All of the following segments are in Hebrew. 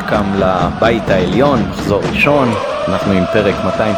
Welcome לבית העליון, מחזור ראשון. אנחנו עם פרק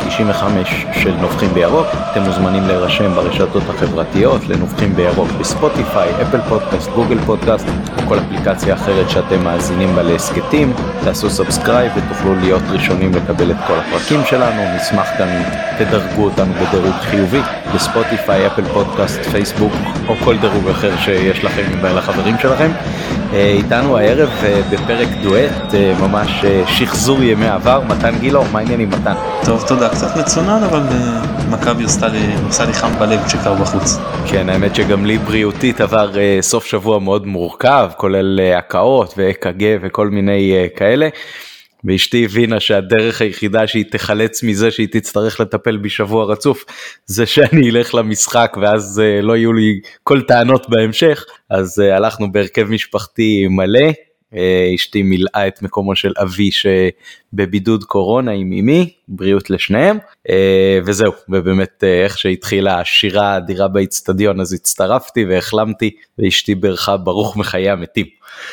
295 של נובחים בירוק. אתם מוזמנים להירשם ברשתות החברתיות לנובחים בירוק בספוטיפיי, אפל פודקאסט, גוגל פודקאסט או כל אפליקציה אחרת שאתם מאזינים בה להסקטים. תעשו סאבסקרייב ותוכלו להיות ראשונים לקבל את כל הפרקים שלנו. נשמח גם תדרגו אותנו בדירוג חיובי בספוטיפיי, אפל פודקאסט, פייסבוק או כל דירוג אחר שיש לכם ולחברים שלכם. איתנו הערב בפרק דואט, ממש שחזור ימי עבר, מתן גילאור. מה העניינים מתן? טוב, תודה, קצת מצונן, אבל מכבי עושה לי חם בלב שקר בחוץ. כן, האמת שגם לי בריאותית עבר סוף שבוע מאוד מורכב, כולל הקאות ואק"ג וכל מיני כאלה, ואשתי הבינה שהדרך היחידה שהיא תחלץ מזה שהיא תצטרך לטפל בשבוע רצוף, זה שאני אלך למשחק ואז לא יהיו לי כל טענות בהמשך. אז הלכנו בהרכב משפחתי מלא, אשתי מילאה את מקומו של אבי שבבידוד קורונה עם אמי, בריאות לשניהם, וזהו, ובאמת איך שהתחילה השירה האדירה באצטדיון אז הצטרפתי והחלמתי, ואשתי ברכה ברוך מחיי המתים.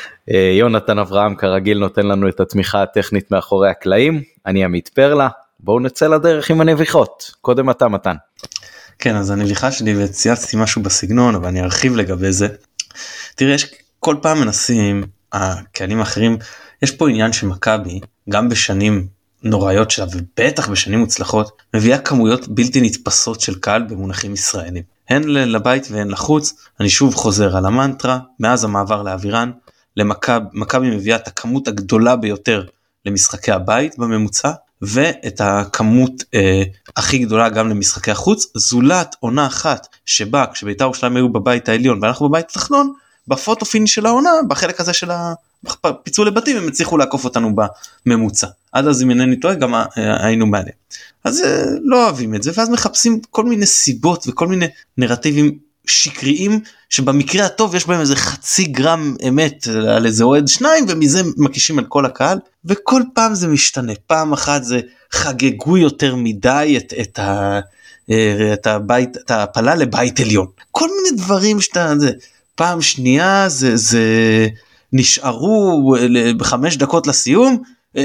יונתן אברהם כרגיל נותן לנו את התמיכה הטכנית מאחורי הקלעים, אני עמית פרלה, בואו נצא לדרך עם הנביחות. קודם אתה מתן. כן, אז הנביחה שלי, וצייצתי משהו בסגנון, אבל אני ארחיב לגבי זה. תראה, יש כל פעם מנסים, הקהלים האחרים, יש פה עניין שמכבי, גם בשנים נוראיות שלה, ובטח בשנים מוצלחות, מביאה כמויות בלתי נתפסות של קהל במונחים ישראלים. הן לבית והן לחוץ. אני שוב חוזר על המנטרה, מאז המעבר לאווירן, מכבי מביאה את הכמות הגדולה ביותר למשחקי הבית בממוצע, ואת הכמות הכי גדולה גם למשחקי החוץ, זולת עונה אחת שבה כשבית"ר ירושלים היו בבית העליון ואנחנו בבית התחתון, בפוטו פיניש של העונה, בחלק הזה של הפיצול לבתים, הם הצליחו לעקוף אותנו בממוצע. עד אז אם אינני טועה, גם היינו מעלה. אז לא אוהבים את זה, ואז מחפשים כל מיני סיבות וכל מיני נרטיבים שקריים, שבמקרה הטוב יש בהם איזה חצי גרם אמת על איזה אוהד שניים, ומזה מקישים על כל הקהל, וכל פעם זה משתנה. פעם אחת זה חגגו יותר מדי את ההפלה לבית עליון. כל מיני דברים שאתה... פעם שנייה זה נשארו ב5 דקות לסיום,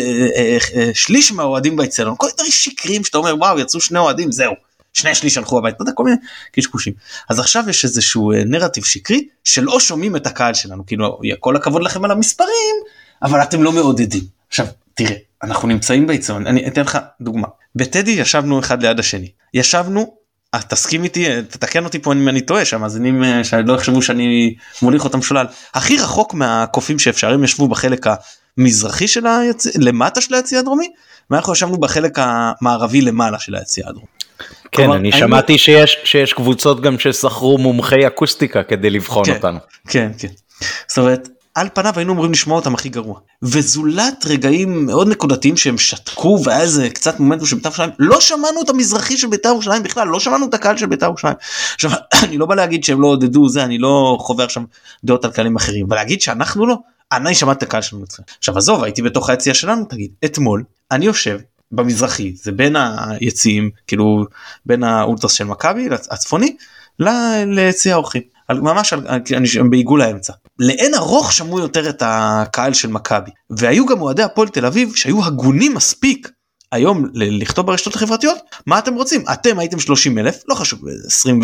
שליש מהאוהדים באצטדיון, כל מיני שקרים שאתה אומר וואו יצאו 2 אוהדים, זהו, 2/3 הלכו הביתה, כל מיני קשקושים. אז עכשיו יש איזשהו נרטיב שקרי שלא שומעים את הקהל שלנו, כאילו כל הכבוד לכם על המספרים, אבל אתם לא מעודדים. עכשיו תראה, אנחנו נמצאים באצטדיון, אני אתן לך דוגמה, בטדי ישבנו אחד ליד השני, ישבנו, תסכים איתי, תתקן אותי פה אם אני טועה, שהמאזינים שלא יחשבו שאני מוליך אותם שולל, הכי רחוק מהקופים שאפשר, הם ישבו בחלק המזרחי של היציע, למטה של היציע הדרומי, ואנחנו ישבנו בחלק המערבי למעלה של היציע הדרומי. כן, כלומר, אני שמעתי שיש קבוצות גם ששכרו מומחי אקוסטיקה כדי לבחון אותנו. כן, כן. זאת אומרת, על פניו היינו אמורים לשמוע אותם הכי גרוע, וזולת רגעים מאוד נקודתיים שהם שתקו, ואז קצת מומנטום של בית"ר ירושלים, לא שמענו את המזרחי של בית"ר ירושלים בכלל, לא שמענו את הקהל של בית"ר ירושלים. עכשיו, אני לא בא להגיד שהם לא עודדו זה, אני לא חובר עכשיו דעות על קהלים אחרים, אבל להגיד שאנחנו לא, אני שמעתי את הקהל שלנו. עכשיו עזוב, הייתי בתוך היציע שלנו, תגיד, אתמול, אני יושב במזרחי, זה בין היציעים, כאילו, בין האולטרס של מכבי, הצפוני, ליציע האורחים. ממש בעיגול האמצע. לאין ארוך שמעו יותר את הקהל של מכבי, והיו גם אוהדי הפועל תל אביב שהיו הגונים מספיק היום לכתוב ברשתות החברתיות, מה אתם רוצים? אתם הייתם 30,000, לא חשוב, 20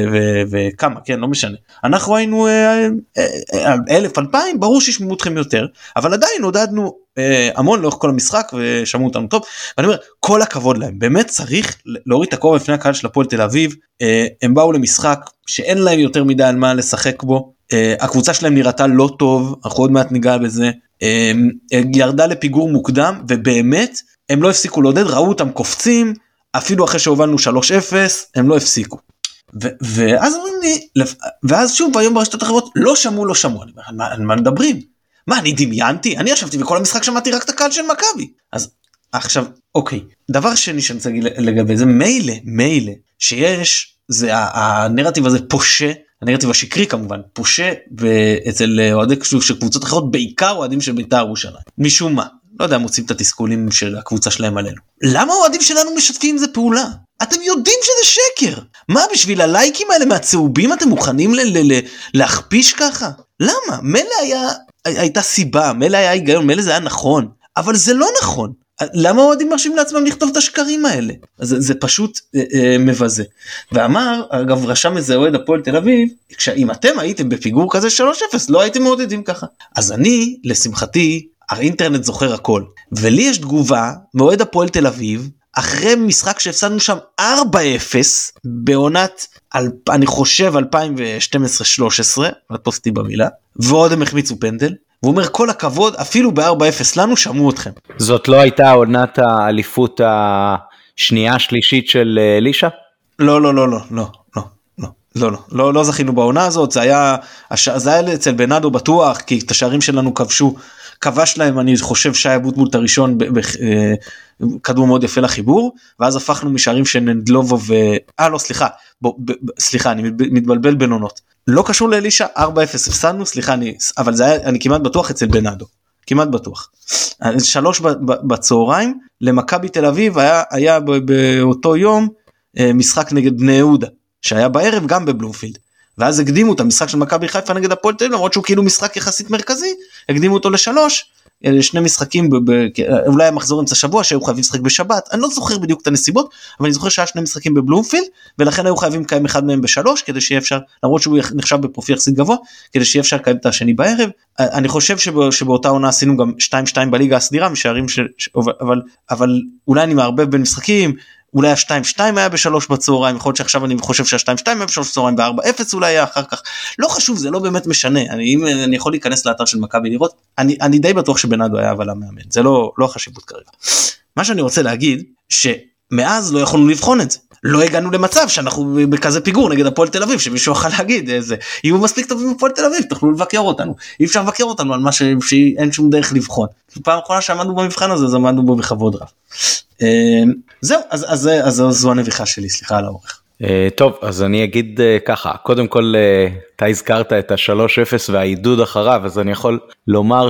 וכמה, כן, לא משנה. אנחנו היינו 1,000, 2,000, ברור שישמעו אתכם יותר, אבל עדיין עודדנו המון לאורך כל המשחק ושמעו אותנו טוב, ואני אומר, כל הכבוד להם, באמת צריך להוריד את הכובע בפני הקהל של הפועל תל אביב, הם באו למשחק שאין להם יותר מדי על מה לשחק בו, הקבוצה שלהם נראתה לא טוב, אנחנו עוד מעט ניגע בזה, ירדה לפיגור מוקדם, ובאמת הם לא הפסיקו לעודד, ראו אותם קופצים, אפילו אחרי שהובלנו 3-0, הם לא הפסיקו. ואז אומרים לי, ואז שוב היום ברשתות החברות, לא שמעו, על מה מדברים? מה, אני דמיינתי? אני ישבתי בכל המשחק שמעתי רק את הקהל של מכבי. אז עכשיו, אוקיי, דבר שני שאני רוצה להגיד לגבי זה, מילא, שיש, זה הנרטיב הזה פושה, הנרטיב השקרי כמובן, פושה אצל אוהדי של קבוצות אחרות, בעיקר אוהדים של בית"ר ירושלים. משום מה, לא יודע, מוצאים את התסכולים של הקבוצה שלהם עלינו. למה האוהדים שלנו משתפים עם זה פעולה? אתם יודעים שזה שקר. מה, בשביל הלייקים האלה מהצהובים אתם מוכנים להכפיש ככה? למה? מלא הייתה סיבה, מלא היה היגיון, מלא זה היה נכון. אבל זה לא נכון. למה אוהדים מרשים לעצמם לכתוב את השקרים האלה? זה פשוט מבזה. ואמר, אגב, רשם איזה אוהד הפועל תל אביב, אם אתם הייתם בפיגור כזה 3-0, לא הייתם מעודדים ככה. אז אני, לשמחתי, האינטרנט זוכר הכל. ולי יש תגובה מאוהד הפועל תל אביב, אחרי משחק שהפסדנו שם 4-0, בעונת, אני חושב 2012-13, פוסטי במילה, ועוד הם החמיצו פנדל, והוא אומר כל הכבוד, אפילו ב-4-0 לנו שמעו אתכם. זאת לא הייתה עונת האליפות השנייה השלישית של לישה? לא זכינו בעונה הזאת, זה היה אצל בנאדו בטוח, כי את השערים שלנו כבש להם, אני חושב שי אבוטבול את הראשון, כדור מאוד יפה לחיבור, ואז הפכנו משערים של נדלובו סליחה, אני מתבלבל בין עונות. לא קשור לאלישה, 4-0 הפסדנו, סליחה, אבל אני כמעט בטוח אצל בנאדו, כמעט בטוח. 3 בצהריים, למכבי תל אביב היה באותו יום משחק נגד בני יהודה, שהיה בערב גם בבלומפילד, ואז הקדימו את המשחק של מכבי חיפה נגד הפועל תל אביב, למרות שהוא כאילו משחק יחסית מרכזי, הקדימו אותו ל3, שני משחקים, אולי המחזור אמצע שבוע, שהיו חייבים לשחק בשבת, אני לא זוכר בדיוק את הנסיבות, אבל אני זוכר שהיה 2 משחקים בבלומפילד, ולכן היו חייבים לקיים אחד מהם ב3, כדי שיהיה אפשר, למרות שהוא נחשב בפרופיל יחסית גבוה, כדי שיהיה אפשר לקיים את השני בערב. אני חושב שבאותה עונה עשינו גם 2-2 בליגה הסדירה, משערים אבל אולי אני מערבב בין משחקים, אולי ה-2-2 היה ב3 בצהריים, יכול להיות שעכשיו אני חושב שה-2-2 היה ב3 בצהריים, ב-4-0 אולי היה אחר כך, לא חשוב, זה לא באמת משנה, אני יכול להיכנס לאתר של מכבי לראות, אני די בטוח שבנאדו היה אבל המאמן, זה לא החשיבות כרגע. מה שאני רוצה להגיד, שמאז לא יכולנו לבחון את זה, לא הגענו למצב שאנחנו בכזה פיגור נגד הפועל תל אביב, שמישהו יוכל להגיד, יהיו מספיק טובים בפועל תל אביב, תוכלו לבקר אותנו, אי אפשר לבקר אותנו על מה שאין שום דרך לבחון. פעם אחרונה שעמדנו במבחן הזה, אז עמדנו בו בכבוד רב. זהו, אז זו הנביכה שלי, סליחה על האורך. טוב, אז אני אגיד ככה, קודם כל אתה הזכרת את ה-3-0 והעידוד אחריו, אז אני יכול לומר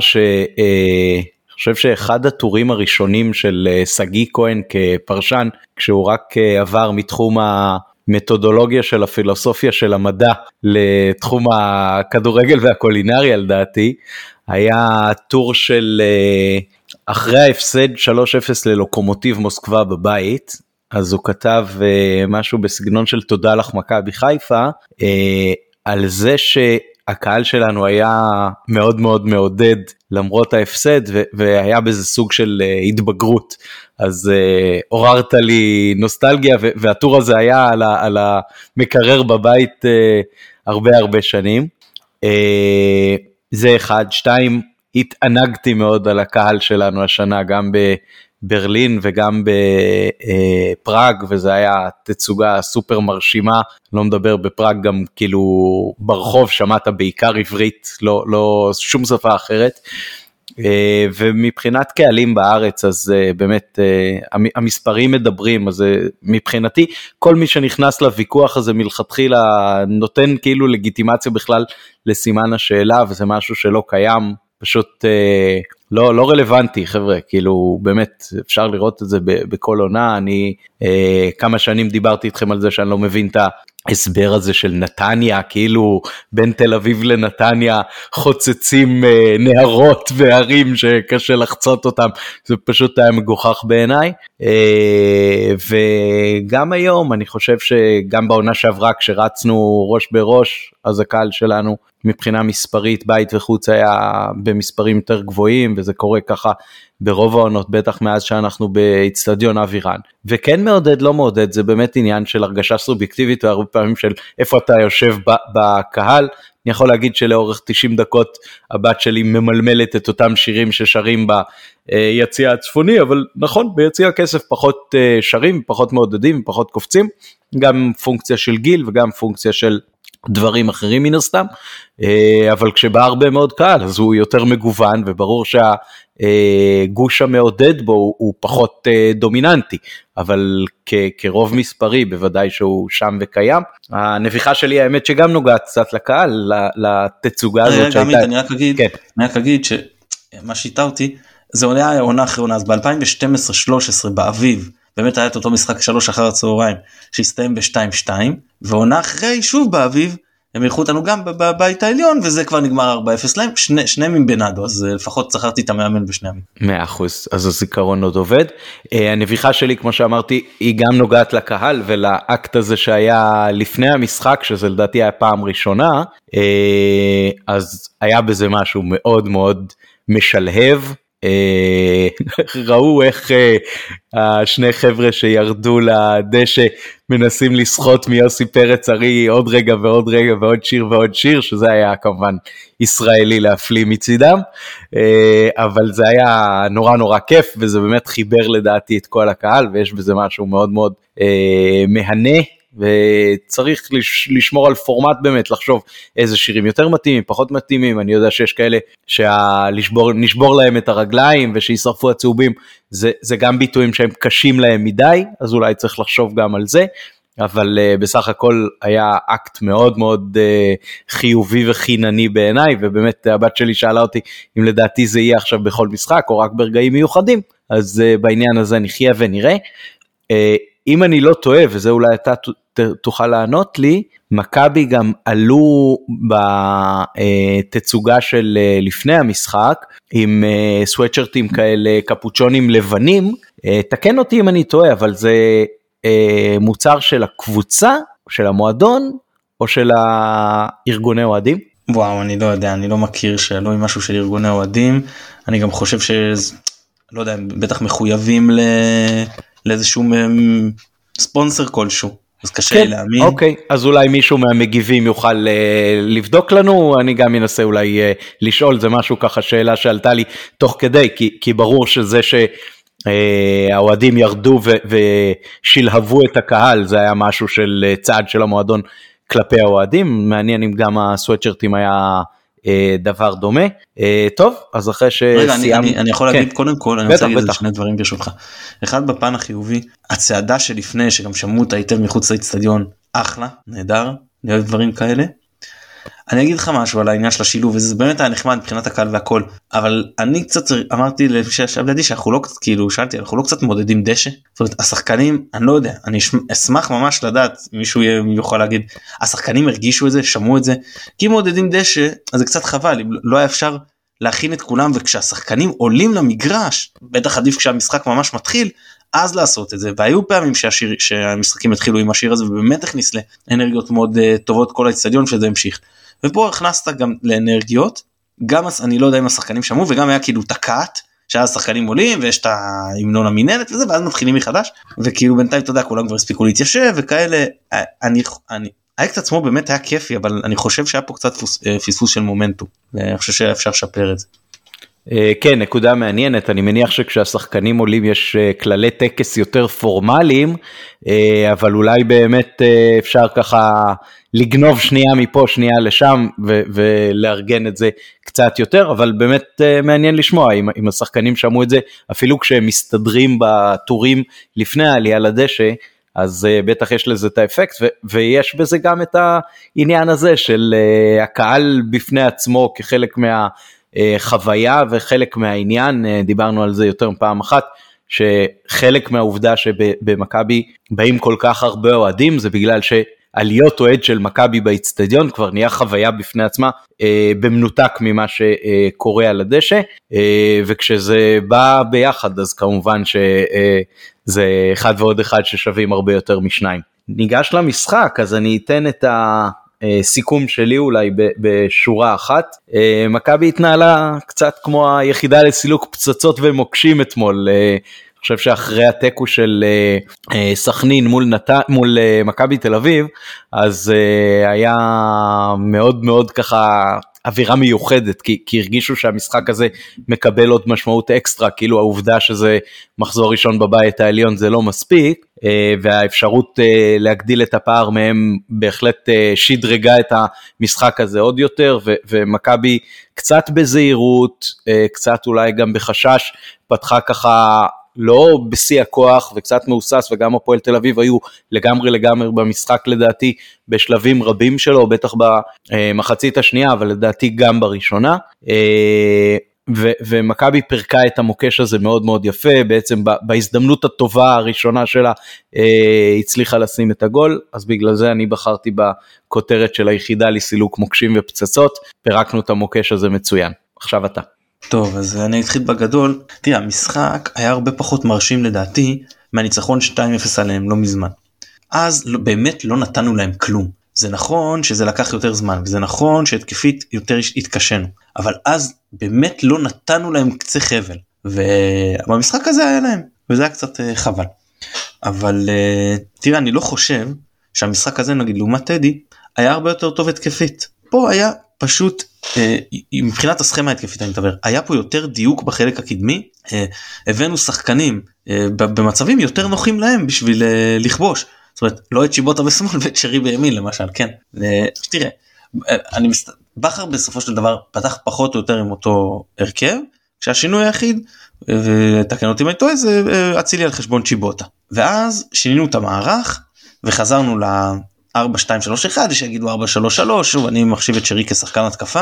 אני חושב שאחד הטורים הראשונים של סגי כהן כפרשן, כשהוא רק עבר מתחום המתודולוגיה של הפילוסופיה של המדע לתחום הכדורגל והקולינריה לדעתי, היה טור של אחרי ההפסד 3-0 ללוקומוטיב מוסקבה בבית, אז הוא כתב משהו בסגנון של תודה לך מכבי חיפה, על זה שהקהל שלנו היה מאוד מאוד מעודד למרות ההפסד, והיה בזה סוג של התבגרות, אז עוררת לי נוסטלגיה, והטור הזה היה על המקרר בבית הרבה שנים. זה 1, 2, התענגתי מאוד על הקהל שלנו השנה, גם בברלין וגם בפראג, וזה היה תצוגה סופר מרשימה, לא מדבר בפראג גם כאילו ברחוב, שמעת בעיקר עברית, לא שום שפה אחרת, ומבחינת קהלים בארץ, אז באמת המספרים מדברים, אז מבחינתי כל מי שנכנס לוויכוח הזה מלכתחילה נותן כאילו לגיטימציה בכלל לסימן השאלה, וזה משהו שלא קיים, פשוט לא רלוונטי חבר'ה, כאילו באמת אפשר לראות את זה בכל עונה. אני כמה שנים דיברתי איתכם על זה שאני לא מבין את ההסבר הזה של נתניה, כאילו בין תל אביב לנתניה חוצצים נהרות והרים שקשה לחצות אותם, זה פשוט היה מגוחך בעיניי. וגם היום אני חושב שגם בעונה שעברה כשרצנו ראש בראש, אז הקהל שלנו מבחינה מספרית בית וחוץ היה במספרים יותר גבוהים, וזה קורה ככה ברוב העונות, בטח מאז שאנחנו באצטדיון אבירן. וכן מעודד, לא מעודד, זה באמת עניין של הרגשה סובייקטיבית, והרבה פעמים של איפה אתה יושב בקהל. אני יכול להגיד שלאורך 90 דקות הבת שלי ממלמלת את אותם שירים ששרים ביציע הצפוני, אבל נכון, ביציע הכסף פחות שרים, פחות מעודדים, פחות קופצים, גם פונקציה של גיל וגם פונקציה של דברים אחרים מן הסתם, אבל כשבא הרבה מאוד קהל, אז הוא יותר מגוון, וברור שהגוש המעודד בו הוא פחות דומיננטי, אבל כרוב מספרי, בוודאי שהוא שם וקיים. הנביכה שלי, האמת שגם נוגעת קצת לקהל, לתצוגה הזאת שהייתה. אני רק אגיד שמה שיטה אותי, זה עונה עונה אחרי עונה, אז ב-2012-13 באביב, באמת היה את אותו משחק 3 אחר הצהריים, שהסתיים ב-2-2, ועונה אחרי שוב באביב, הם ילכו אותנו גם בבית העליון, וזה כבר נגמר 4-0 להם, שניהם עם בנאדו, אז לפחות זכרתי את המאמן בשני ימים. 100%, אז הזיכרון עוד עובד. הנביכה שלי, כמו שאמרתי, היא גם נוגעת לקהל, ולאקט הזה שהיה לפני המשחק, שזה לדעתי היה פעם ראשונה, אז היה בזה משהו מאוד מאוד משלהב, ראו איך השני חבר'ה שירדו לדשא מנסים לשחות מיוסי פרץ ארי עוד רגע ועוד רגע ועוד שיר ועוד שיר, שזה היה כמובן ישראלי להפליא מצידם, אבל זה היה נורא נורא כיף, וזה באמת חיבר לדעתי את כל הקהל, ויש בזה משהו מאוד מאוד מהנה, וצריך לשמור על פורמט באמת, לחשוב איזה שירים יותר מתאימים, פחות מתאימים. אני יודע שיש כאלה שנשבור להם את הרגליים ושישרפו הצהובים, זה גם ביטויים שהם קשים להם מדי, אז אולי צריך לחשוב גם על זה, אבל בסך הכל היה אקט מאוד מאוד חיובי וחינני בעיניי, ובאמת הבת שלי שאלה אותי אם לדעתי זה יהיה עכשיו בכל משחק או רק ברגעים מיוחדים, אז בעניין הזה נחיה ונראה. אם אני לא טועה, וזה אולי אתה תוכל לענות לי, מכבי גם עלו בתצוגה של לפני המשחק, עם סוואטשרטים כאלה, קפוצ'ונים לבנים, תקן אותי אם אני טועה, אבל זה מוצר של הקבוצה, של המועדון, או של הארגוני אוהדים? וואו, אני לא יודע, אני לא מכיר שעלו עם משהו של ארגוני אוהדים, אני גם חושב לא יודע, בטח מחויבים לאיזשהו ספונסר כלשהו, אז קשה לי להאמין. אוקיי, אז אולי מישהו מהמגיבים יוכל לבדוק לנו, אני גם אנסה אולי לשאול, זה משהו ככה שאלה שעלתה לי תוך כדי, כי ברור שזה שהאוהדים ירדו ושלהבו את הקהל, זה היה משהו של צעד של המועדון כלפי האוהדים, מעניין אם גם הסוואטשרטים היה דבר דומה. טוב, אז אחרי שסיימנו... רגע, אני יכול להגיד קודם כל, אני רוצה להגיד את שני דברים ברשותך. אחד, בפן החיובי, הצעדה שלפני, שגם שמעו אותה היטב מחוץ לאצטדיון, אחלה, נהדר, אני אוהב דברים כאלה. אני אגיד לך משהו על העניין של השילוב, וזה באמת היה נחמד מבחינת הקהל והכל, אבל אני קצת אמרתי שישב לידי שאנחנו לא קצת, כאילו שאלתי, אנחנו לא קצת מודדים דשא, זאת אומרת, השחקנים, אני לא יודע, אני אשמח ממש לדעת, מישהו יוכל להגיד, השחקנים הרגישו את זה, שמעו את זה, כי אם מודדים דשא, אז זה קצת חבל, לא היה אפשר להכין את כולם, וכשהשחקנים עולים למגרש, בטח עדיף כשהמשחק ממש מתחיל, אז לעשות את זה, והיו פעמים שהמשחקים התחילו עם השיר הזה, ובאמת הכניס לאנרגיות מאוד טובות כל האצטדיון, שזה המשיך. ופה הכנסת גם לאנרגיות, גם אני לא יודע אם השחקנים שמעו, וגם היה כאילו תקעת, שאז השחקנים עולים, ויש את ההמנון המינהלת וזה, ואז מתחילים מחדש, וכאילו בינתיים אתה יודע, כולם כבר הספיקו להתיישב, וכאלה, האקט עצמו באמת היה כיפי, אבל אני חושב שהיה פה קצת פספוס של מומנטום, ואני חושב שאפשר לשפר את זה. כן, נקודה מעניינת, אני מניח שכשהשחקנים עולים יש כללי טקס יותר פורמליים, אבל אולי באמת אפשר ככה לגנוב שנייה מפה, שנייה לשם, ולארגן את זה קצת יותר, אבל באמת מעניין לשמוע, אם השחקנים שמעו את זה, אפילו כשהם מסתדרים בטורים לפני העלייה לדשא, אז בטח יש לזה את האפקט, ויש בזה גם את העניין הזה, של הקהל בפני עצמו, כחלק חוויה וחלק מהעניין, דיברנו על זה יותר מפעם אחת, שחלק מהעובדה שבמכבי באים כל כך הרבה אוהדים, זה בגלל שעליות אוהד של מכבי באצטדיון כבר נהיה חוויה בפני עצמה, במנותק ממה שקורה על הדשא, וכשזה בא ביחד, אז כמובן שזה אחד ועוד אחד ששווים הרבה יותר משניים. ניגש למשחק, אז אני אתן את סיכום שלי אולי בשורה אחת. מכבי התנהלה קצת כמו היחידה לסילוק פצצות ומוקשים אתמול. אני חושב שאחרי הטקו של סכנין מול מכבי תל אביב, אז היה מאוד מאוד ככה אווירה מיוחדת, כי הרגישו שהמשחק הזה מקבל עוד משמעות אקסטרה, כאילו העובדה שזה מחזור ראשון בבית העליון זה לא מספיק, והאפשרות להגדיל את הפער מהם בהחלט שדרגה את המשחק הזה עוד יותר, ומכבי קצת בזהירות, קצת אולי גם בחשש, פתחה ככה לא בשיא הכוח וקצת מאוסס, וגם הפועל תל אביב היו לגמרי במשחק לדעתי בשלבים רבים שלו, בטח במחצית השנייה, אבל לדעתי גם בראשונה. ומכבי פרקה את המוקש הזה מאוד מאוד יפה, בעצם בהזדמנות הטובה הראשונה שלה, הצליחה לשים את הגול, אז בגלל זה אני בחרתי בכותרת של היחידה לסילוק מוקשים ופצצות, פרקנו את המוקש הזה מצוין. עכשיו אתה. טוב, אז אני אתחיל בגדול. תראה, המשחק היה הרבה פחות מרשים לדעתי, מהניצחון 2-0 עליהם לא מזמן. אז באמת לא נתנו להם כלום. זה נכון שזה לקח יותר זמן, וזה נכון שהתקפית יותר התקשנו, אבל אז באמת לא נתנו להם קצה חבל, ובמשחק הזה היה להם, וזה היה קצת חבל. אבל תראה, אני לא חושב שהמשחק הזה, נגיד לעומת טדי, היה הרבה יותר טוב התקפית. פה היה פשוט, מבחינת הסכמה התקפית אני מדבר, היה פה יותר דיוק בחלק הקדמי, הבאנו שחקנים במצבים יותר נוחים להם בשביל לכבוש, זאת אומרת, לא את שיבוטה בשמאל ואת שרי בימין למשל, כן. תראה, בכר בסופו של דבר פתח פחות או יותר עם אותו הרכב, כשהשינוי היחיד, ותקן אותי מטוי, זה אצילי על חשבון צ'יבוטה. ואז שינינו את המערך, וחזרנו ל-4-2-3-1, שיגידו 4-3-3, שוב, אני מחשיב את שרי כשחקן התקפה,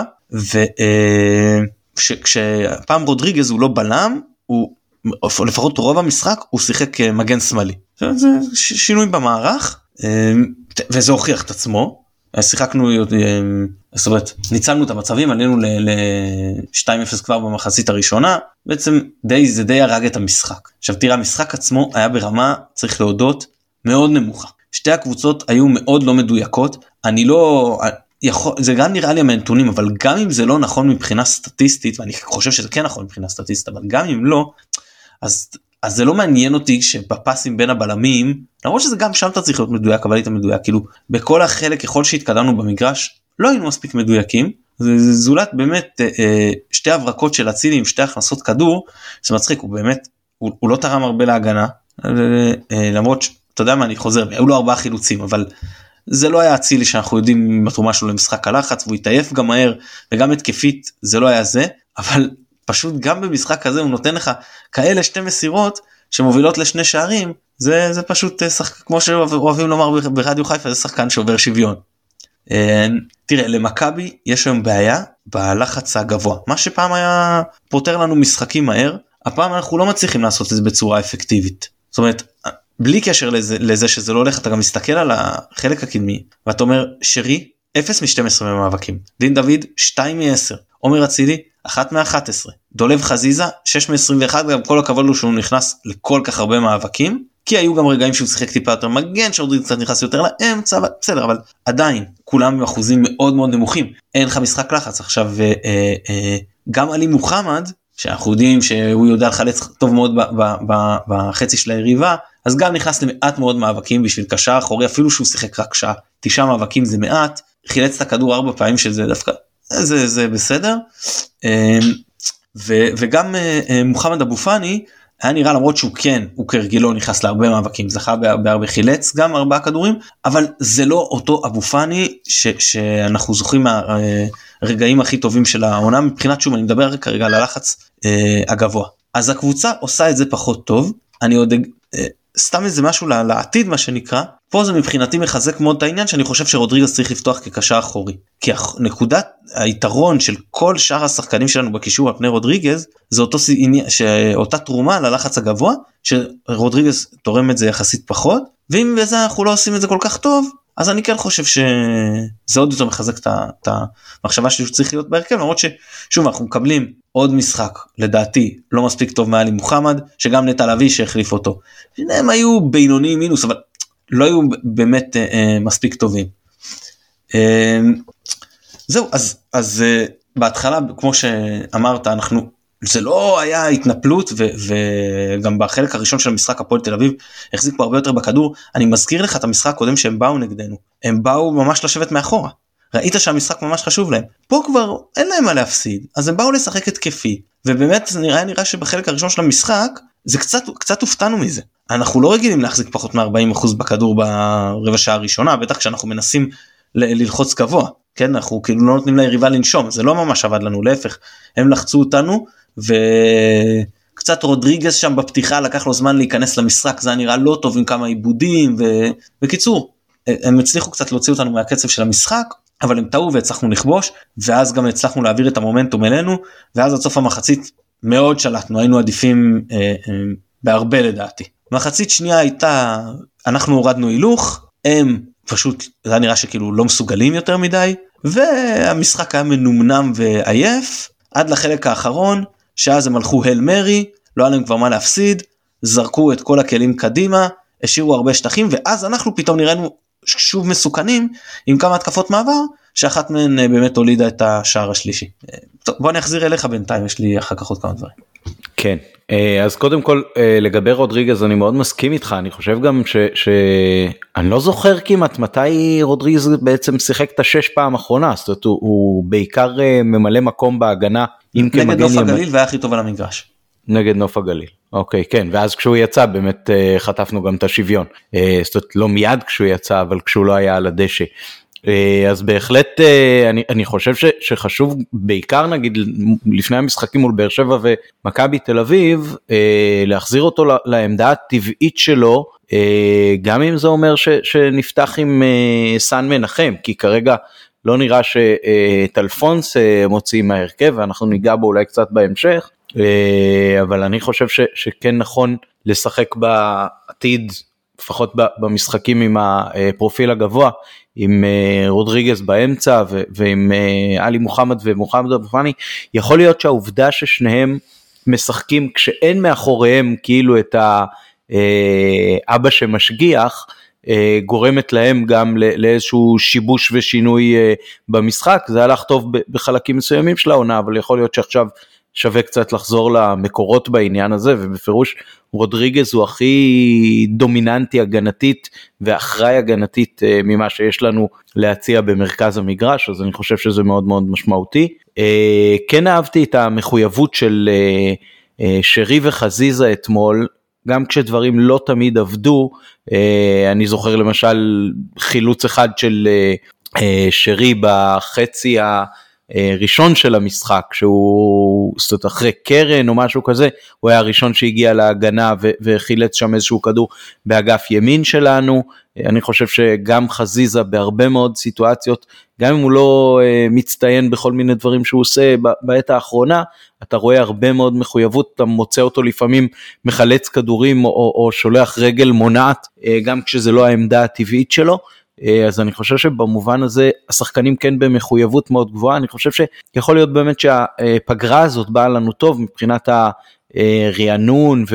וכשפעם רודריגז הוא לא בלם, הוא לפחות רוב המשחק הוא שיחק מגן שמאלי. זה שינוי במערך, וזה הוכיח את עצמו. שיחקנו, זאת אומרת, ניצלנו את המצבים, עלינו ל-2-0 כבר במחצית הראשונה, בעצם זה די הרג את המשחק. עכשיו תראה, המשחק עצמו היה ברמה, צריך להודות, מאוד נמוכה. שתי הקבוצות היו מאוד לא מדויקות, אני לא... זה גם נראה לי מהנתונים, אבל גם אם זה לא נכון מבחינה סטטיסטית, ואני חושב שזה כן נכון מבחינה סטטיסטית, אבל גם אם לא, אז זה לא מעניין אותי שבפסים בין הבלמים, למרות שזה גם שם אתה צריך להיות מדויק, אבל היית מדויק, כאילו בכל החלק, ככל שהתקדמנו במגרש, לא היינו מספיק מדויקים, זולת באמת שתי הברקות של אצילי עם שתי הכנסות כדור, זה מצחיק, הוא באמת, הוא לא תרם הרבה להגנה, למרות, אתה יודע מה, אני חוזר, היו לו 4 חילוצים, אבל זה לא היה אצילי שאנחנו יודעים בתרומה שלו למשחק הלחץ, והוא התעייף גם מהר, וגם התקפית זה לא היה זה, אבל פשוט גם במשחק הזה הוא נותן לך כאלה שתי מסירות שמובילות לשני שערים, זה פשוט שחק, כמו שאוהבים לומר ברדיו חיפה, זה שחקן שעובר שוויון. תראה, למכבי יש היום בעיה בלחץ הגבוה, מה שפעם היה פותר לנו משחקים מהר, הפעם אנחנו לא מצליחים לעשות את זה בצורה אפקטיבית. זאת אומרת, בלי קשר לזה שזה לא הולך, אתה גם מסתכל על החלק הקדמי, ואתה אומר, שרי, 0 מ-12 במאבקים, דין דוד, 2 מ-10, עומר אצילי, 1 מ-11, דולב חזיזה, 6 מ-21, גם כל הכבוד לו שהוא נכנס לכל כך הרבה מאבקים, כי היו גם רגעים שהוא שיחק טיפה יותר מגן, שרודריגז קצת נכנס יותר לאמצע, בסדר, אבל עדיין, כולם עם אחוזים מאוד מאוד נמוכים, אין לך משחק לחץ. עכשיו, גם עלי מוחמד, שאנחנו יודעים שהוא יודע לחלץ טוב מאוד בחצי של היריבה, אז גם נכנס למעט מאוד מאבקים בשביל קשר אחורי, אפילו שהוא שיחק רק שעה, 9 מאבקים זה מעט, חילץ את הכדור 4 פעמים שזה דווקא, זה בסדר, וגם מוחמד אבו פאני, היה נראה למרות שהוא כן, הוא כרגילו נכנס להרבה מאבקים, זכה בהרבה חילץ, גם 4 כדורים, אבל זה לא אותו אבו פאני שאנחנו זוכרים מהרגעים הכי טובים של העונה, מבחינת שוב, אני מדבר כרגע על הלחץ הגבוה. אז הקבוצה עושה את זה פחות טוב, אני עוד סתם איזה משהו לעתיד מה שנקרא, פה זה מבחינתי מחזק מאוד את העניין שאני חושב שרודריגז צריך לפתוח כקשר אחורי, כי נקודת היתרון של כל שאר השחקנים שלנו בקישור על פני רודריגז, זה אותה תרומה ללחץ הגבוה, שרודריגז תורם את זה יחסית פחות, ואם בזה אנחנו לא עושים את זה כל כך טוב, אז אני כן חושב שזה עוד יותר מחזק את המחשבה שלי שצריך להיות בהרכב, למרות ששוב אנחנו מקבלים עוד משחק, לדעתי לא מספיק טוב מעלי מוחמד, שגם נטע לביא שהחליף אותו, הם היו בינוני מינוס, אבל לא היו באמת מספיק טובים. זהו, אז בהתחלה, כמו שאמרת, זה לא היה התנפלות, וגם בחלק הראשון של המשחק הפועל תל אביב, החזיק פה הרבה יותר בכדור. אני מזכיר לך את המשחק הקודם שהם באו נגדנו, הם באו ממש לשבת מאחורה, ראית שהמשחק ממש חשוב להם, פה כבר אין להם מה להפסיד, אז הם באו לשחק התקפי, ובאמת נראה שבחלק הראשון של המשחק, זה קצת הופתענו מזה, אנחנו לא רגילים להחזיק פחות מ-40% בכדור ברבע שעה הראשונה, בטח כשאנחנו מנסים ללחוץ גבוה, כן, אנחנו כאילו לא נותנים ליריבה לנשום, זה לא ממש עבד לנו, להפך, הם לחצו אותנו, וקצת רודריגז שם בפתיחה, לקח לו זמן להיכנס למשחק, זה נראה לא טוב עם כמה עיבודים, ובקיצור, הם הצליחו קצת להוציא אותנו מהקצב של המשחק, אבל הם טעו והצלחנו לכבוש, ואז גם הצלחנו להעביר את המומנטום אלינו, ואז עד סוף המחצית מאוד שלטנו, היינו עדיפים בהרבה לדעתי. מחצית שנייה הייתה, אנחנו הורדנו הילוך, הם פשוט, זה היה נראה שכאילו לא מסוגלים יותר מדי, והמשחק היה מנומנם ועייף, עד לחלק האחרון, שאז הם הלכו הל מרי, לא היה להם כבר מה להפסיד, זרקו את כל הכלים קדימה, השאירו הרבה שטחים, ואז אנחנו פתאום נראינו שוב מסוכנים, עם כמה התקפות מעבר, שאחת מהן באמת הולידה את השער השלישי. טוב, בוא נחזיר אליך בינתיים, יש לי אחר כך עוד כמה דברים. כן, אז קודם כל לגבי רודריגז אני מאוד מסכים איתך, אני חושב גם שאני לא זוכר כמעט מתי רודריגז בעצם שיחק את השש פעם האחרונה, זאת אומרת הוא בעיקר ממלא מקום בהגנה. נגד נוף הגליל והיה הכי טוב על המגרש. נגד נוף הגליל, אוקיי, כן, ואז כשהוא יצא באמת חטפנו גם את השוויון, זאת אומרת לא מיד כשהוא יצא, אבל כשהוא לא היה על הדשא. אז בהחלט אני חושב שחשוב בעיקר נגיד לפני המשחקים מול באר שבע ומכבי תל אביב להחזיר אותו לעמדה הטבעית שלו, גם אם זה אומר שנפתח עם סן מנחם, כי כרגע לא נראה שאת אלפונס מוציאים מהרכב, ואנחנו ניגע בו אולי קצת בהמשך, אבל אני חושב שכן נכון לשחק בעתיד, לפחות במשחקים עם הפרופיל הגבוה, עם רודריגז באמצע ועם עלי מוחמד ומוחמד אבו פאני. יכול להיות שהעובדה ששניהם משחקים כשאין מאחוריהם כאילו את האבא שמשגיח, גורמת להם גם לאיזשהו שיבוש ושינוי במשחק. זה הלך טוב בחלקים מסוימים של העונה, אבל יכול להיות שעכשיו שווה קצת לחזור למקורות בעניין הזה, ובפירוש רודריגז הוא הכי דומיננטי הגנתית ואחראי הגנתית ממה שיש לנו להציע במרכז המגרש, אז אני חושב שזה מאוד מאוד משמעותי. כן אהבתי את המחויבות של שרי וחזיזה אתמול, גם כשדברים לא תמיד עבדו. אני זוכר למשל חילוץ אחד של שרי בחצי ראשון של המשחק, שהוא זאת אחרי קרן או משהו כזה, הוא היה הראשון שהגיע להגנה וחילץ שם איזשהו כדור באגף ימין שלנו. אני חושב שגם חזיזה בהרבה מאוד סיטואציות, גם אם הוא לא מצטיין בכל מיני דברים שהוא עושה בעת האחרונה, אתה רואה הרבה מאוד מחויבות, אתה מוצא אותו לפעמים מחלץ כדורים או שולח רגל מונעת, גם כשזה לא העמדה הטבעית שלו. אז אני חושב שבמובן הזה השחקנים כן במחויבות מאוד גבוהה. אני חושב שיכול להיות באמת שהפגרה הזאת באה לנו טוב מבחינת הרענון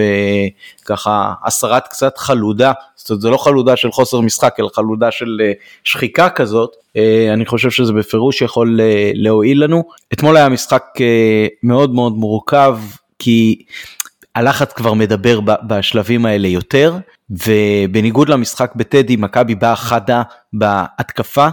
וככה הסרת קצת חלודה, זאת אומרת זה לא חלודה של חוסר משחק אלא חלודה של שחיקה כזאת. אני חושב שזה בפירוש יכול להועיל לנו. אתמול היה משחק מאוד מאוד מורכב, כי הלחץ כבר מדבר בשלבים האלה יותר, ובניגוד למשחק בטדי, מכבי באה חדה בהתקפה,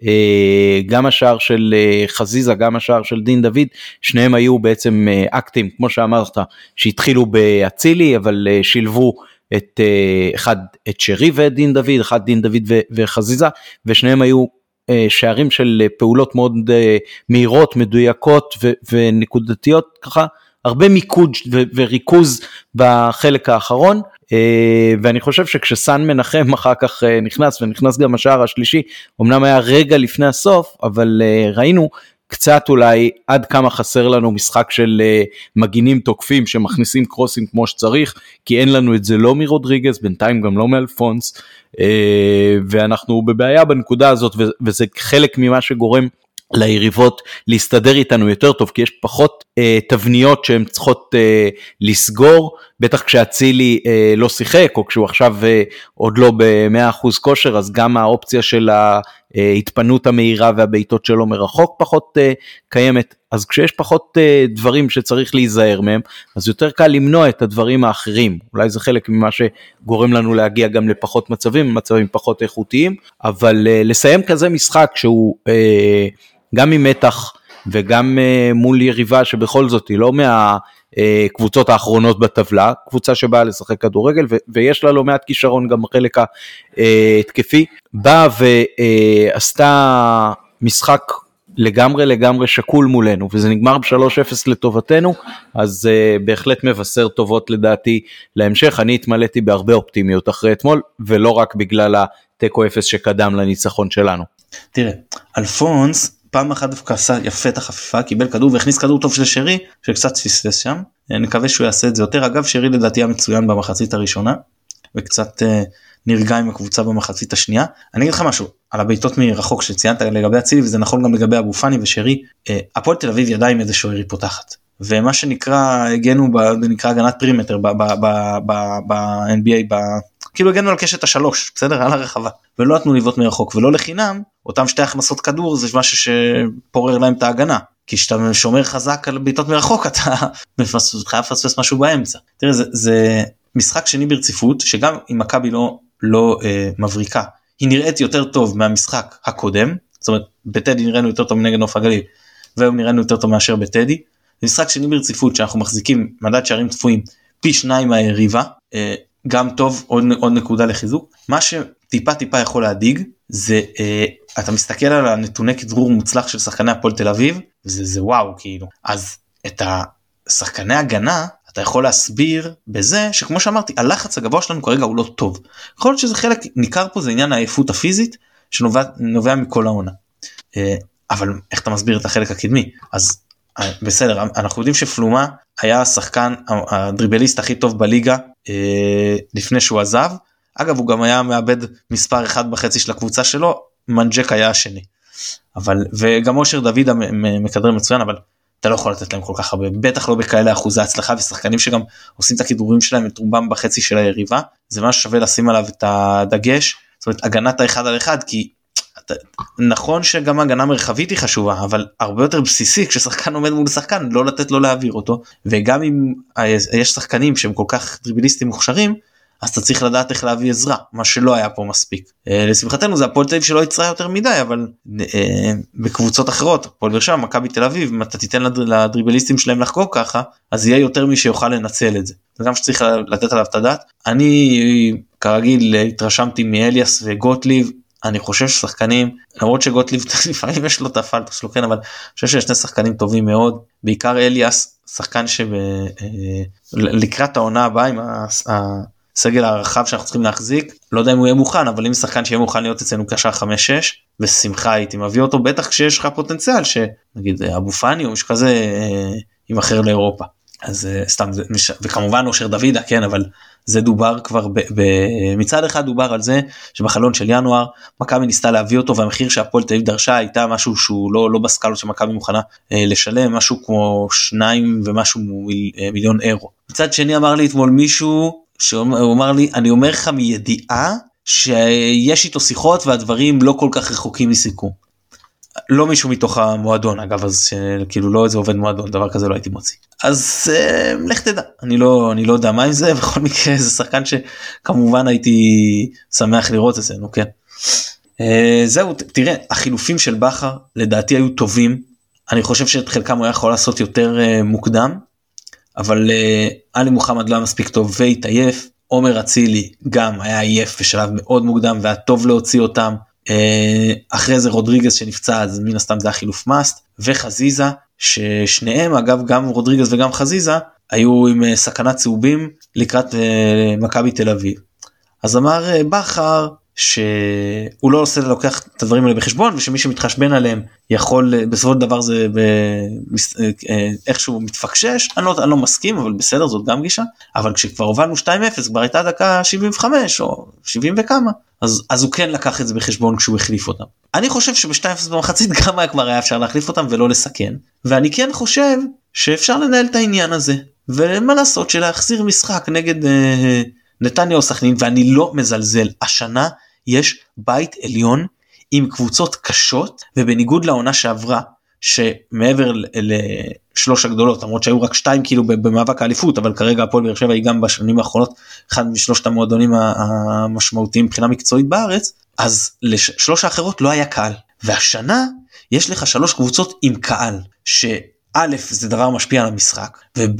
גם השער של חזיזה, גם השער של דין דוד, שניהם היו בעצם אקטים, כמו שאמרת, שהתחילו באצילי, אבל שילבו את שרי ואת דין דוד, אחד דין דוד וחזיזה, ושניהם היו שערים של פעולות מאוד מהירות, מדויקות ונקודתיות, ככה, הרבה מיקוד וריכוז בחלק האחרון, ואני חושב שכשסן מנחם אחר כך נכנס, ונכנס גם השער השלישי, אמנם היה רגע לפני הסוף, אבל ראינו קצת אולי עד כמה חסר לנו משחק של מגינים תוקפים, שמכניסים קרוסים כמו שצריך, כי אין לנו את זה לא מרודריגז, בינתיים גם לא מאלפונס, ואנחנו בבעיה בנקודה הזאת, וזה חלק ממה שגורם ליריבות להסתדר איתנו יותר טוב, כי יש פחות תבניות שהן צריכות לסגור, בטח כשהצילי לא שיחק, או כשהוא עכשיו עוד לא ב-100% כושר, אז גם האופציה של ההתפנות המהירה והבעיטות שלו מרחוק פחות קיימת. אז כשיש פחות דברים שצריך להיזהר מהם, אז יותר קל למנוע את הדברים האחרים. אולי זה חלק ממה שגורם לנו להגיע גם לפחות מצבים פחות איכותיים, אבל לסיים כזה משחק שהוא גם עם מתח וגם מול יריבה שבכל זאת היא לא מהקבוצות האחרונות בטבלה, קבוצה שבאה לשחק כדורגל ויש לה לא מעט כישרון גם בחלק ההתקפי, באה ועשתה משחק לגמרי שקול מולנו, וזה נגמר ב-3-0 לטובתנו, אז בהחלט מבשר טובות לדעתי להמשך. אני התמלאתי בהרבה אופטימיות אחרי אתמול, ולא רק בגלל הטקו 0 שקדם לניצחון שלנו. תראה, אלפונס פעם אחת דווקא עשה יפה את החפיפה, קיבל כדור והכניס כדור טוב של שרי, שקצת פספס שם, אני מקווה שהוא יעשה את זה יותר, אגב שרי לדעתי היה מצוין במחצית הראשונה, וקצת נרגע עם הקבוצה במחצית השנייה. אני אגיד לך משהו, על הביתות מרחוק שציינת לגבי הצילי, וזה נכון גם לגבי אבו פאני ושרי, הפועל תל אביב ידע עם איזה שוער היא פותחת, ומה שנקרא, הגנו נקרא הגנת פרימטר ב-NBA, כאילו הגנו על קשת השלוש, בסדר? על הרחבה, ולא נתנו לבעוט מרחוק, ולא לחינם, אותם שתי הכנסות כדור, זה משהו שפורר להם את ההגנה, כי כשאתה שומר חזק על בעיטות מרחוק, אתה חייב לפספס משהו באמצע. תראה, זה משחק שני ברציפות, שגם אם מכבי לא מבריקה, היא נראית יותר טוב מהמשחק הקודם, זאת אומרת, בטדי נראינו יותר טוב מנגד נוף הגליל, והיום נראינו יותר טוב מאשר בטדי, זה משחק שני ברציפות, שאנחנו מחזיקים מדד שערים צפויים, פי 2 מהיריבה, גם טוב, עוד נקודה לחיזוק. מה שטיפה יכול להדיג, זה, אתה מסתכל על הנתוני כדרור מוצלח של שחקני הפועל תל אביב, זה וואו כאילו, אז את השחקני הגנה, אתה יכול להסביר בזה, שכמו שאמרתי, הלחץ הגבוה שלנו כרגע הוא לא טוב, יכול להיות שזה חלק ניכר פה, זה עניין העייפות הפיזית, שנובע מכל העונה, אבל איך אתה מסביר את החלק הקדמי? אז בסדר, אנחנו יודעים שפלומה היה השחקן, הדריבליסט הכי טוב בליגה, לפני שהוא עזב, אגב הוא גם היה מאבד מספר 1.5 של הקבוצה שלו, מנג'ק היה השני, אבל, וגם אושר דוד מקדר מצוין, אבל אתה לא יכול לתת להם כל כך הרבה, בטח לא בכאלה אחוזי הצלחה, ושחקנים שגם עושים את הכידורים שלהם, את רובם בחצי של היריבה, זה מה ששווה לשים עליו את הדגש, זאת אומרת הגנת האחד על אחד, כי נכון שגם הגנה מרחבית היא חשובה, אבל הרבה יותר בסיסי, כששחקן עומד מול שחקן, לא לתת לו להעביר אותו, וגם אם יש שחקנים שהם כל כך דריבליסטים מוכשרים, אז אתה צריך לדעת איך להביא עזרה, מה שלא היה פה מספיק. לשמחתנו זה הפועל תל אביב שלא יצרה יותר מדי, אבל בקבוצות אחרות, הפועל באר שבע, מכבי תל אביב, אם אתה תיתן לדריבליסטים שלהם לחגוג ככה, אז יהיה יותר מי שיוכל לנצל את זה. זה גם שצריך לתת עליו את הדעת. אני כרגיל התרשמתי מאליאס וגוטליב, אני חושב ששחקנים, למרות שגוטליב לפעמים יש לו את הפלטוס שלו, כן, אבל אני חושב שיש שני שחקנים טובים מאוד, בעיקר אליאס, שחקן שלקראת העונה הבאה עם הסגל הרחב שאנחנו צריכים להחזיק, לא יודע אם הוא יהיה מוכן, אבל אם שחקן שיהיה מוכן להיות אצלנו קשר 5-6, בשמחה הייתי מביא אותו, בטח כשיש לך פוטנציאל, שנגיד אבו פאני או משהו כזה, עם אחר לאירופה. אז סתם, וכמובן אושר דוידה, כן, אבל זה דובר כבר, מצד אחד דובר על זה, שבחלון של ינואר, מכבי ניסתה להביא אותו, והמחיר שהפועל תל אביב דרשה, הייתה משהו שהוא לא בסקלות שמכבי מוכנה לשלם, משהו כמו 2 ומשהו מיליון אירו. מצד שני אמר לי אתמול מישהו, שהוא אמר לי, אני אומר לך מידיעה, שיש איתו שיחות, והדברים לא כל כך רחוקים מסיכום. לא מישהו מתוך המועדון, אגב, אז כאילו לא איזה עובד מועדון, דבר כזה לא הייתי מוציא. אז לך תדע, אני לא יודע מה עם זה, בכל מקרה זה שחקן שכמובן הייתי שמח לראות את זה, נו כן. זהו, תראה, החילופים של בכר לדעתי היו טובים, אני חושב שאת חלקם הוא היה יכול לעשות יותר מוקדם, אבל עלי מוחמד לא היה מספיק טוב והתעייף, עומר אצילי גם היה עייף בשלב מאוד מוקדם, והיה טוב להוציא אותם, אחרי זה רודריגז שנפצע, אז מן הסתם זה החילוף מאסט, וחזיזה, ששניהם אגב גם רודריגז וגם חזיזה, היו עם סכנת צהובים לקראת מכבי תל אביב. אז אמר בכר שהוא לא עושה לוקח את הדברים האלה בחשבון, ושמי שמתחשבן עליהם יכול בסופו של דבר זה איכשהו מתפקשש, אני לא מסכים, אבל בסדר, זאת גם גישה, אבל כשכבר הובלנו 2-0, כבר הייתה דקה 75 או 70 וכמה, אז הוא כן לקח את זה בחשבון כשהוא החליף אותם. אני חושב שב-2-0 במחצית גם כבר היה אפשר להחליף אותם ולא לסכן, ואני כן חושב שאפשר לנהל את העניין הזה, ומה לעשות שלהחזיר משחק נגד נתניה או סכנין, ואני לא מזלזל, השנה יש בית עליון עם קבוצות קשות, ובניגוד לעונה שעברה, שמעבר לשלוש הגדולות, למרות שהיו רק 2 כאילו במאבק האליפות, אבל כרגע הפועל באר שבע היא גם בשנים האחרונות, אחד משלושת המועדונים המשמעותיים מבחינה מקצועית בארץ, אז לשלוש האחרות לא היה קהל, והשנה יש לך 3 קבוצות עם קהל, שא' זה דבר משפיע על המשחק, וב'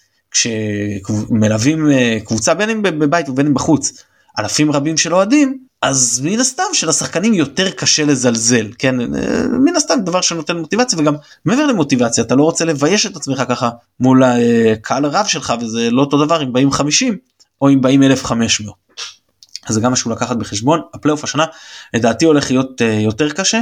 כשמלווים קבוצה בין אם בבית ובין אם בחוץ, אלפים רבים של אוהדים, אז מן הסתם של השחקנים יותר קשה לזלזל, כן, מן הסתם דבר שנותן מוטיבציה, וגם מעבר למוטיבציה, אתה לא רוצה לבייש את עצמך ככה מול הקהל הרב שלך, וזה לא אותו דבר אם באים 50, או אם באים 1500. אז זה גם משהו לקחת בחשבון. הפלייאוף השנה לדעתי הולך להיות יותר קשה,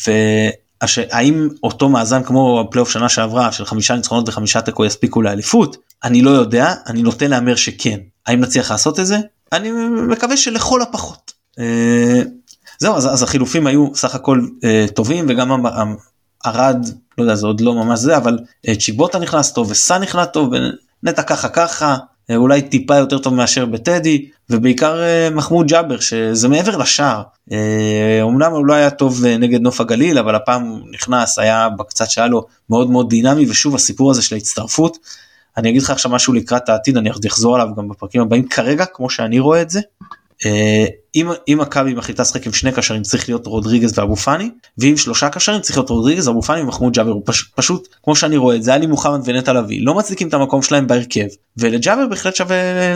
והאם אותו מאזן כמו הפלייאוף שנה שעברה של 5 ניצחונות ו5 תיקו יספיקו לאליפות, אני לא יודע, אני נוטה להמר שכן. האם נצליח לעשות את זה? אני מקווה שלכל הפחות. זהו, אז החילופים היו סך הכל טובים, וגם ארד, לא יודע, זה עוד לא ממש זה, אבל צ'יבוטה נכנס טוב, וסה נכנס טוב, ונטע ככה, אולי טיפה יותר טוב מאשר בטדי, ובעיקר מחמוד ג'אבר, שזה מעבר לשער. אומנם הוא לא היה טוב נגד נוף הגליל, אבל הפעם הוא נכנס, היה בקצת שהיה לו מאוד מאוד דינמי, ושוב הסיפור הזה של ההצטרפות, אני אגיד לך עכשיו משהו לקראת העתיד, אני אחזור עליו גם בפרקים הבאים, כרגע, כמו שאני רואה את זה, אם מכבי מחליטה לשחק עם 2 קשרים צריך להיות רודריגז ואבו פאני, ואם 3 קשרים צריך להיות רודריגז, אבו פאני ומחמוד ג'אבר. פשוט כמו שאני רואה את זה, עלי מוחמד ונטע לביא לא מצדיקים את המקום שלהם בהרכב, ולג'אבר בהחלט שווה,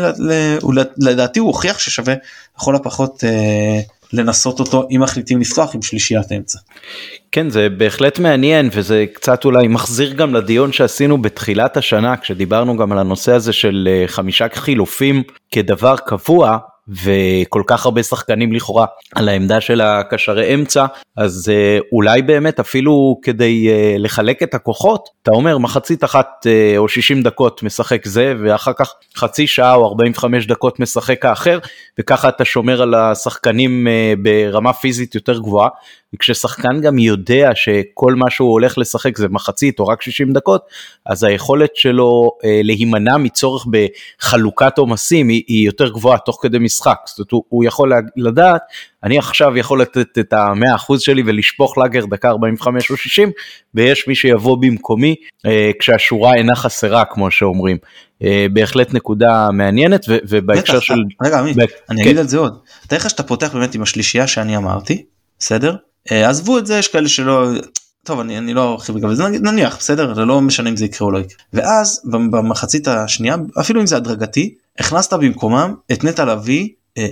לדעתי הוא הוכיח ששווה לכל הפחות לנסות אותו אם מחליטים לפתוח עם שלישיית אמצע. כן, זה בהחלט מעניין, וזה קצת אולי מחזיר גם לדיון שעשינו בתחילת השנה, כשדיברנו גם על הנושא הזה של 5 חילופים כדבר קבוע, וכל כך הרבה שחקנים לכאורה על העמדה של הקשרי אמצע, אז אולי באמת אפילו כדי לחלק את הכוחות, אתה אומר מחצית אחת או 60 דקות משחק זה, ואחר כך חצי שעה או 45 דקות משחק האחר, וככה אתה שומר על השחקנים ברמה פיזית יותר גבוהה, וכששחקן גם יודע שכל מה שהוא הולך לשחק זה מחצית או רק 60 דקות, אז היכולת שלו להימנע מצורך בחלוקת עומסים היא יותר גבוהה תוך כדי משחק. זאת אומרת, הוא יכול לדעת, אני עכשיו יכול לתת את ה100% שלי ולשפוך לגר דקה 45 או 60, ויש מי שיבוא במקומי כשהשורה אינה חסרה, כמו שאומרים. בהחלט נקודה מעניינת, ובהקשר של... רגע, עמית, אני אגיד על זה עוד. אתה איך שאתה פותח באמת עם השלישייה שאני אמרתי, בסדר? עזבו את זה, יש כאלה שלא... טוב, אני לא ארחיב לגבי זה, נניח, בסדר? זה לא משנה אם זה יקרה או לא יקרה. ואז, במחצית השנייה, אפילו אם זה הדרגתי, הכנסת במקומם את נטע לביא,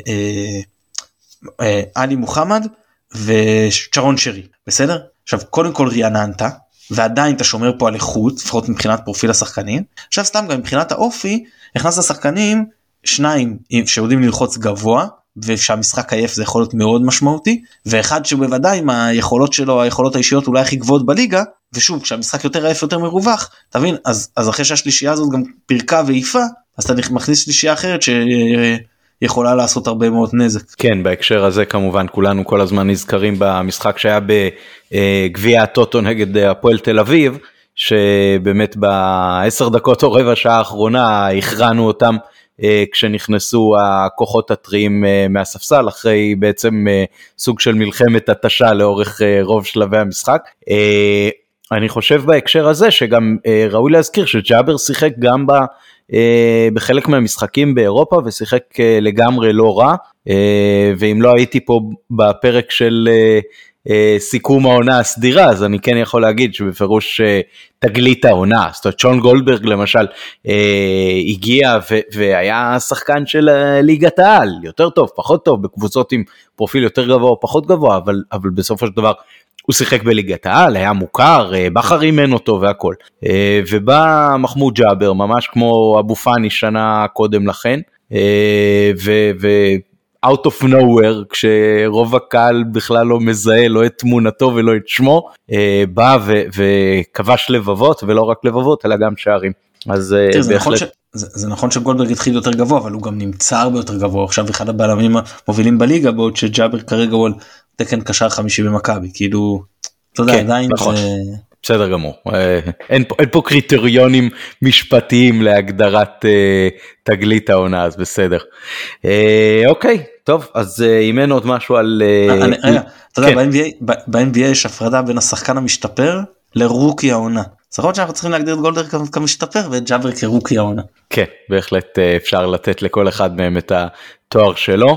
עלי מוחמד ושרון שרי, בסדר? עכשיו, קודם כל רעננת, ועדיין אתה שומר פה על איכות, לפחות מבחינת פרופיל השחקנים. עכשיו סתם גם מבחינת האופי, הכנסת השחקנים, 2 שיודעים ללחוץ גבוה, ושהמשחק עייף זה יכול להיות מאוד משמעותי, ואחד שבוודאי עם היכולות שלו, היכולות האישיות אולי הכי גבוהות בליגה, ושוב, כשהמשחק יותר עייף, יותר מרווח, תבין, אז אחרי שהשלישייה הזאת גם פרקה ועיפה, אז אתה מכניס שלישייה אחרת שיכולה לעשות הרבה מאוד נזק. כן, בהקשר הזה כמובן כולנו כל הזמן נזכרים במשחק שהיה בגביע הטוטו נגד הפועל תל אביב, שבאמת ב10 דקות או רבע שעה האחרונה הכרענו אותם כשנכנסו הכוחות הטריים מהספסל, אחרי בעצם סוג של מלחמת התשה לאורך רוב שלבי המשחק. אני חושב בהקשר הזה שגם ראוי להזכיר שג'אבר שיחק גם בחלק מהמשחקים באירופה, ושיחק לגמרי לא רע, ואם לא הייתי פה בפרק של סיכום העונה הסדירה, אז אני כן יכול להגיד שבפירוש תגלית העונה. זאת אומרת, שון גולדברג למשל הגיע והיה שחקן של ליגת העל, יותר טוב, פחות טוב, בקבוצות עם פרופיל יותר גבוה או פחות גבוה, אבל בסופו של דבר הוא שיחק בליגת העל, היה מוכר, בחר אימן אותו והכל. ובא מחמוד ג'אבר, ממש כמו אבו פאני שנה קודם לכן, out of nowhere, כשרוב הקהל בכלל לא מזהה, לא את תמונתו ולא את שמו, בא וכבש לבבות, ולא רק לבבות, אלא גם שערים. אז בהחלט... זה נכון שגולדברג התחיל יותר גבוה, אבל הוא גם נמצא הרבה יותר גבוה, עכשיו אחד הבלמים המובילים בליגה, בעוד שג'אבר כרגע הוא על תקן קשר 5 במכבי, כאילו, אתה יודע, עדיין זה... בסדר גמור, אין פה קריטריונים משפטיים להגדרת תגלית העונה, אז בסדר. אוקיי, טוב, אז אם אין עוד משהו על... רגע, אתה יודע, ב-NBA יש הפרדה בין השחקן המשתפר לרוקי העונה. נכון שאנחנו צריכים להגדיר את גולדברג כמשתפר ואת ג'אבר כרוקי העונה. כן, בהחלט אפשר לתת לכל אחד מהם את התואר שלו.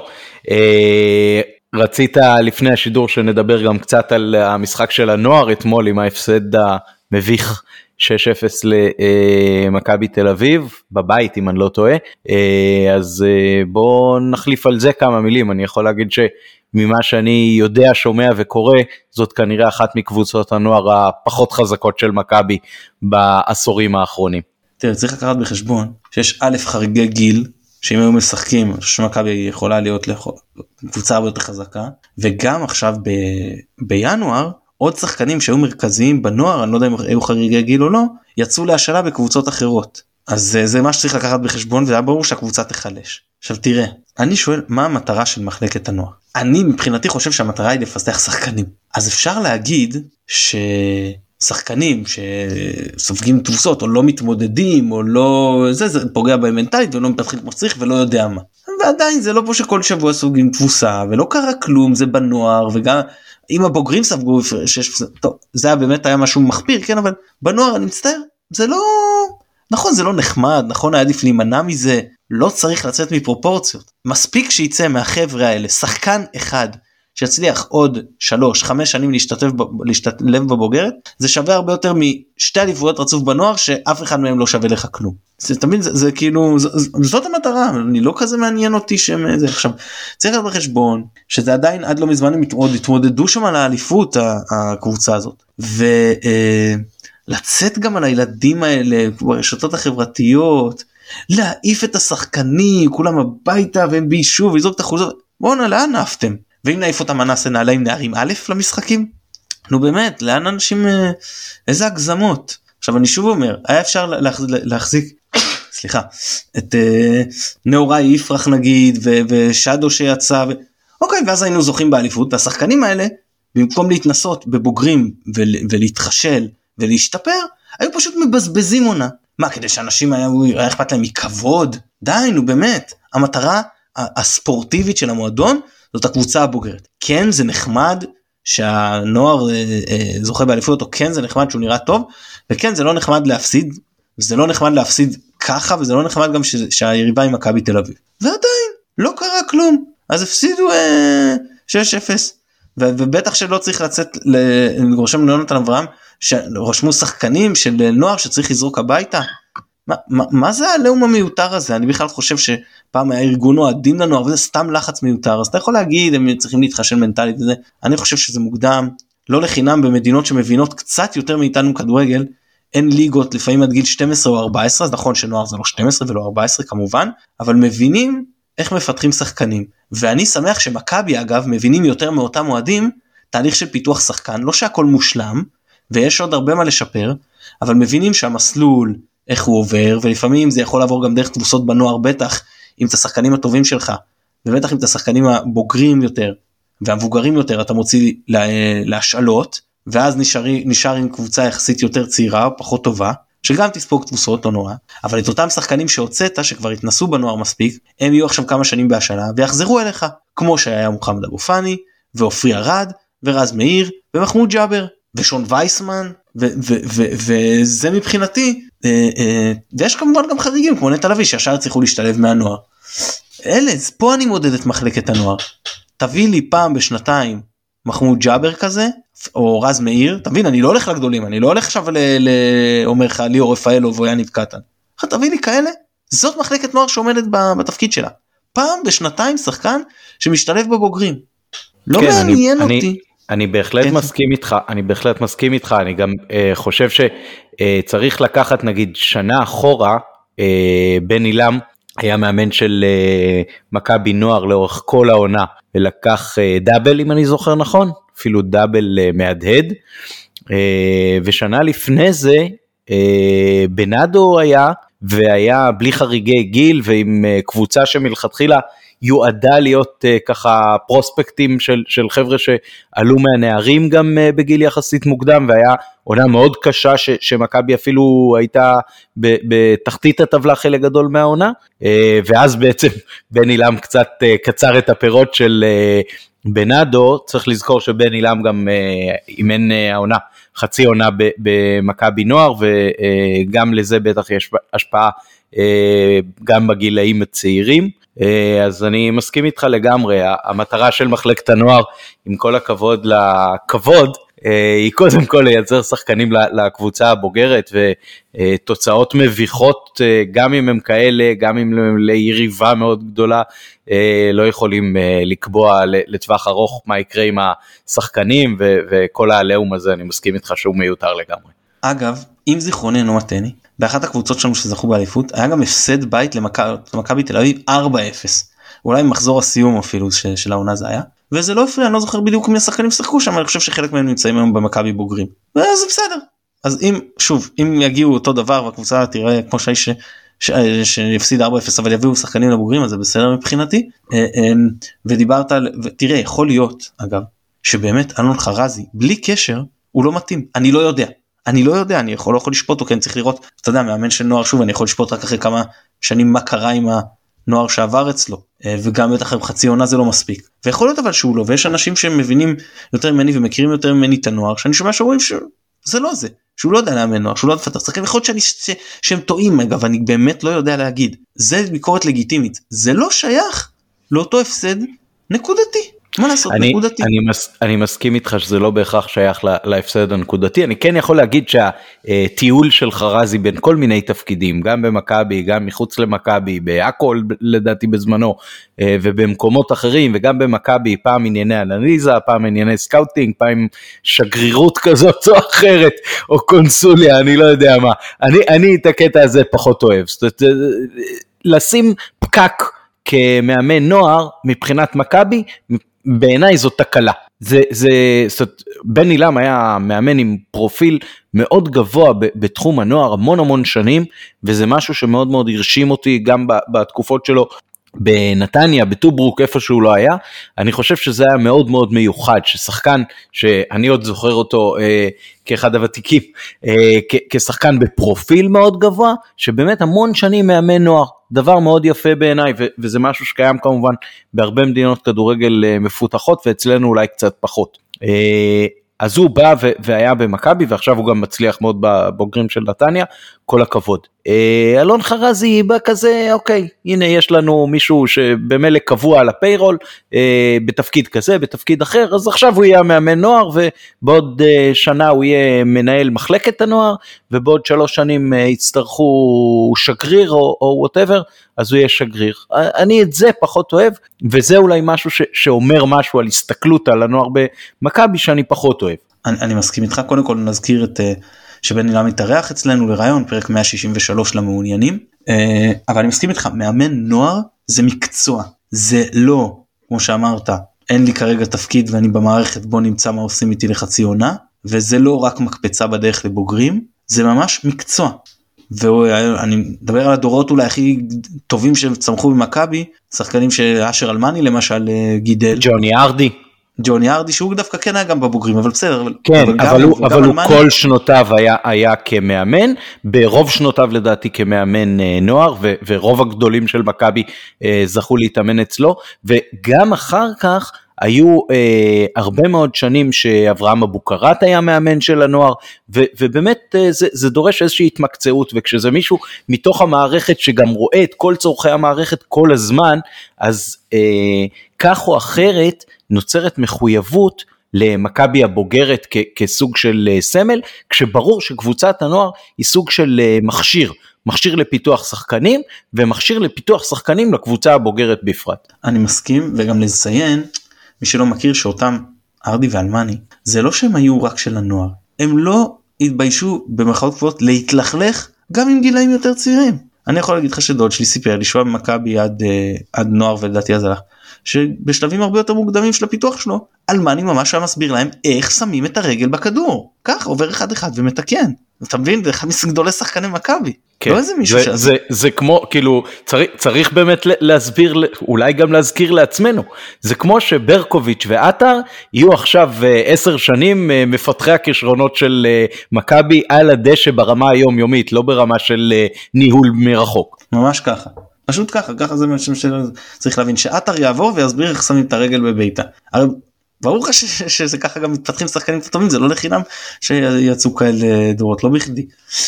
רצית לפני השידור שנדבר גם קצת על המשחק של הנוער אתמול עם ההפסד המביך 6-0 למכבי תל אביב, בבית אם אני לא טועה, אז בואו נחליף על זה כמה מילים. אני יכול להגיד שממה שאני יודע, שומע וקורא, זאת כנראה אחת מקבוצות הנוער הפחות חזקות של מכבי בעשורים האחרונים. תראה, צריך לקחת בחשבון שיש א' חריגי גיל, שאם היו משחקים, שמכבי יכולה להיות קבוצה הרבה יותר חזקה, וגם עכשיו בינואר, עוד שחקנים שהיו מרכזיים בנוער, אני לא יודע אם היו חריגי גיל או לא, יצאו להשאלה בקבוצות אחרות. אז זה מה שצריך לקחת בחשבון, וזה היה ברור שהקבוצה תחלש. עכשיו תראה, אני שואל מה המטרה של מחלקת הנוער? אני מבחינתי חושב שהמטרה היא לפתח שחקנים. אז אפשר להגיד ששחקנים שסופגים תבוסות, או לא מתמודדים, או לא, זה פוגע בהם מנטלית, ולא מתפתחים כמו שצריך, ולא יודע מה. ועדיין זה לא פה שכל שבוע סוגים תבוסה, ולא קרה כלום, זה בנוער, וגם אם הבוגרים ספגו, טוב, זה באמת היה משהו מחפיר, כן, אבל בנוער אני מצטער, זה לא, נכון, זה לא נחמד, נכון, היה עדיף להימנע מזה, לא צריך לצאת מפרופורציות, מספיק שיצא מהחבר'ה האלה, שחקן אחד, שיצליח עוד 3-5 שנים להשתלב בבוגרת, זה שווה הרבה יותר משתי אליפויות רצוף בנוער, שאף אחד מהם לא שווה לך כלום. זה תמיד, זה כאילו, זאת המטרה, אני לא כזה מעניין אותי שהם, זה עכשיו, צריך להיות בחשבון, שזה עדיין עד לא מזמן התמודדו שם על האליפות, הקבוצה הזאת, ולצאת גם על הילדים האלה, ברשתות החברתיות, להעיף את השחקנים, כולם הביתה, והם ביישוב, ויזרוק את החולצות, בואו לאן נעפתם? ואם נעיף אותם נעשה נעלה עם נערים א' למשחקים? נו באמת, לאן אנשים, איזה הגזמות. עכשיו אני שוב אומר, היה אפשר להחזיק, סליחה, את נאורי יפרח נגיד, ושדו שיצא, אוקיי, ואז היינו זוכים באליפות, והשחקנים האלה, במקום להתנסות בבוגרים, ולהתחשל, ולהשתפר, היו פשוט מבזבזים עונה. מה, כדי שאנשים היה אכפת להם מכבוד? די, נו באמת, המטרה הספורטיבית של המועדון, זאת הקבוצה הבוגרת. כן, זה נחמד שהנוער זוכה באליפות, או כן, זה נחמד שהוא נראה טוב, וכן, זה לא נחמד להפסיד, וזה לא נחמד להפסיד ככה, וזה לא נחמד גם שהיריבה עם מכבי תל אביב. ועדיין, לא קרה כלום. אז הפסידו 6-0, ובטח שלא צריך לצאת, רושם ליונתן אברהם, שרושמו שחקנים של נוער שצריך לזרוק הביתה. מה זה הלאום המיותר הזה? אני בכלל חושב שפעם היה ארגון אוהדים לנוער, וזה סתם לחץ מיותר, אז אתה יכול להגיד, הם צריכים להתחשל מנטלית וזה, אני חושב שזה מוקדם, לא לחינם במדינות שמבינות קצת יותר מאיתנו כדורגל, אין ליגות לפעמים עד גיל 12 או 14, אז נכון שנוער זה לא 12 ולא 14 כמובן, אבל מבינים איך מפתחים שחקנים, ואני שמח שמכבי אגב מבינים יותר מאותם אוהדים, תהליך של פיתוח שחקן, לא שהכל מושלם, ויש עוד הרבה מה לשפר, אבל מבינים שהמסלול, איך הוא עובר, ולפעמים זה יכול לעבור גם דרך תבוסות בנוער, בטח אם את השחקנים הטובים שלך, ובטח אם את השחקנים הבוגרים יותר, והמבוגרים יותר, אתה מוציא להשאלות, ואז נשאר עם קבוצה יחסית יותר צעירה, פחות טובה, שגם תספוג תבוסות, לא נורא, אבל את אותם שחקנים שהוצאת, שכבר התנסו בנוער מספיק, הם יהיו עכשיו כמה שנים בהשאלה, ויחזרו אליך, כמו שהיה מוחמד אבו פאני, ואופרי ארד, ורז מאיר, ומחמוד ג'אבר, ושון וייסמן, וזה מבחינתי, ויש כמובן גם חריגים, כמו נטע לביא, שהשאר צריכו להשתלב מהנוער. פה אני מודד את מחלקת הנוער. תביא לי פעם בשנתיים, מחמוד ג'אבר כזה, או רז מאיר, תבין, אני לא הולך לגדולים, אני לא הולך עכשיו לאומר לך, ליאור רפאל או ויאניב קטן. תביא לי כאלה, זאת מחלקת נוער שעומדת בתפקיד שלה. פעם בשנתיים שחקן שמשתלב בבוגרים. לא מעניין אותי. אני בהחלט מסכים איתך, אני גם חושב שצריך לקחת נגיד שנה אחורה, בן אילם היה מאמן של מכבי נוער לאורך כל העונה, ולקח דאבל אם אני זוכר נכון, אפילו דאבל מהדהד, ושנה לפני זה בנאדו והיה בלי חריגי גיל, ועם קבוצה שמלכתחילה יועדה להיות ככה פרוספקטים של חבר'ה שעלו מהנערים גם בגיל יחסית מוקדם, והיה עונה מאוד קשה שמכבי אפילו הייתה בתחתית הטבלה חלק גדול מהעונה, ואז בעצם בן אילם קצת קצר את הפירות של בנאדו. צריך לזכור שבן אילם גם אימן העונה, חצי עונה במכבי נוער, וגם לזה בטח יש השפעה גם בגילאים הצעירים. אז אני מסכים איתך לגמרי, המטרה של מחלקת הנוער, עם כל הכבוד לכבוד, היא קודם כל לייצר שחקנים לקבוצה הבוגרת, ותוצאות מביכות, גם אם הם כאלה, גם אם ליריבה מאוד גדולה, לא יכולים לקבוע לטווח ארוך מה יקרה עם השחקנים, וכל העליהום הזה, אני מסכים איתך שהוא מיותר לגמרי. אגב, אם זיכרוני אינו מטעני, באחת הקבוצות שלנו שזכו באליפות, היה גם הפסד בית למכבי תל אביב 4-0, אולי מחזור הסיום אפילו של העונה זה היה, וזה לא הפריע, אני לא זוכר בדיוק מי השחקנים שחקו שם, אני חושב שחלק מהם נמצאים היום במכבי בוגרים, וזה בסדר. אז אם יגיעו אותו דבר והקבוצה תראה כמו שהאיש שיפסיד 4-0 אבל יביאו שחקנים לבוגרים, אז זה בסדר מבחינתי. ודיברת על, תראה, יכול להיות אגב שבאמת אלון חרזי בלי קשר הוא לא מתאים, אני לא יודע, אני לא יכול לשפוט אותו, כי אני צריך לראות, אתה יודע, מאמן של נוער, שוב אני יכול לשפוט רק אחרי כמה שנים מה קרה עם הנוער שעבר אצלו, וגם בטח חצי עונה זה לא מספיק, ויכול להיות אבל שהוא לא, ויש אנשים שמבינים יותר ממני ומכירים יותר ממני את הנוער, שאני שומע שאומרים שזה לא זה, שהוא לא יודע לאמן נוער, שהוא לא יודע לפתח שחקנים, יכול להיות שהם טועים, אגב אני באמת לא יודע להגיד, זה ביקורת לגיטימית, זה לא שייך לאותו הפסד נקודתי. מה לעשות, נקודתי. אני מסכים איתך שזה לא בהכרח שייך להפסד הנקודתי, אני כן יכול להגיד שהטיול של חרזי בין כל מיני תפקידים, גם במכבי, גם מחוץ למכבי, בהכל לדעתי בזמנו, ובמקומות אחרים, וגם במכבי, פעם ענייני אנליזה, פעם ענייני סקאוטינג, פעם שגרירות כזאת או אחרת, או קונסוליה, אני לא יודע מה. אני את הקטע הזה פחות אוהב, זאת אומרת, לשים פקק כמאמן נוער, מבחינת מכבי, בעיניי זו תקלה. בן אילם היה מאמן עם פרופיל מאוד גבוה בתחום הנוער, המון שנים, וזה משהו שמאוד מאוד הרשים אותי, גם בתקופות שלו, בנתניה, בטוברוק, איפה שהוא לא היה. אני חושב שזה היה מאוד מאוד מיוחד, ששחקן, שאני עוד זוכר אותו כאחד הוותיקים, כשחקן בפרופיל מאוד גבוה, שבאמת המון שנים מאמן נוער, דבר מאוד יפה בעיניי, וזה משהו שקיים כמובן בהרבה מדינות כדורגל מפותחות, ואצלנו אולי קצת פחות. אז הוא בא והיה במכבי, ועכשיו הוא גם מצליח מאוד בבוגרים של נתניה, כל הכבוד. אלון חרזי בא כזה, אוקיי, הנה יש לנו מישהו שבמילא קבוע על הפיירול, בתפקיד כזה, בתפקיד אחר, אז עכשיו הוא יהיה מאמן נוער, ובעוד שנה הוא יהיה מנהל מחלקת הנוער, ובעוד 3 שנים יצטרכו שגריר או whatever, אז הוא יהיה שגריר. אני את זה פחות אוהב, וזה אולי משהו שאומר משהו על הסתכלות על הנוער במכבי, שאני פחות אוהב. אני מסכים איתך, קודם כל נזכיר את שבן אילם מתארח אצלנו לרעיון, פרק 163 למעוניינים, אבל אני מסכים איתך, מאמן נוער זה מקצוע, זה לא, כמו שאמרת, אין לי כרגע תפקיד ואני במערכת, בוא נמצא מה עושים איתי לחצי עונה, וזה לא רק מקפצה בדרך לבוגרים, זה ממש מקצוע. ואני מדבר על הדורות אולי הכי טובים שצמחו במכבי, שחקנים שאשר אלמני למשל גידל. ג'וני ארדי שהוא דווקא כן היה גם בבוגרים, אבל בסדר. כן, אבל הוא כל שנותיו היה כמאמן, ברוב שנותיו לדעתי כמאמן נוער, ורוב הגדולים של מכבי זכו להתאמן אצלו, וגם אחר כך היו הרבה מאוד שנים שאברהם אבוקרט היה מאמן של הנוער, ובאמת זה דורש איזושהי התמקצעות, וכשזה מישהו מתוך המערכת שגם רואה את כל צורכי המערכת כל הזמן, אז כך או אחרת נוצרת מחויבות למכבי הבוגרת כסוג של סמל, כשברור שקבוצת הנוער היא סוג של מכשיר לפיתוח שחקנים, ומכשיר לפיתוח שחקנים לקבוצה הבוגרת בפרט. אני מסכים, וגם לציין, מי שלא מכיר שאותם ארדי ואלמני, זה לא שהם היו רק של הנוער, הם לא התביישו במרכאות גבוהות להתלכלך גם עם גילאים יותר צעירים. אני יכול להגיד לך שדוד שלי סיפר לי שהוא היה במכבי עד נוער, ולדעתי אז הלך, שבשלבים הרבה יותר מוקדמים של הפיתוח שלו, אלמני ממש היה מסביר להם איך שמים את הרגל בכדור, כך עובר אחד ומתקן. אתה מבין? זה אחד מסגדולי שחקני מכבי. כן, לא איזה מישהו זה כמו, כאילו, צריך באמת להסביר, אולי גם להזכיר לעצמנו, זה כמו שברקוביץ' ואתר יהיו עכשיו 10 שנים מפתחי הכישרונות של מכבי על הדשא ברמה היומיומית, לא ברמה של ניהול מרחוק. ממש ככה. פשוט ככה זה מה שצריך להבין, שאתר יעבור ויסביר איך שמים את הרגל בביתה. הרי ברור לך שזה ככה גם מתפתחים שחקנים טובים, זה לא לחינם שיצאו כאלה דורות, לא בכדי.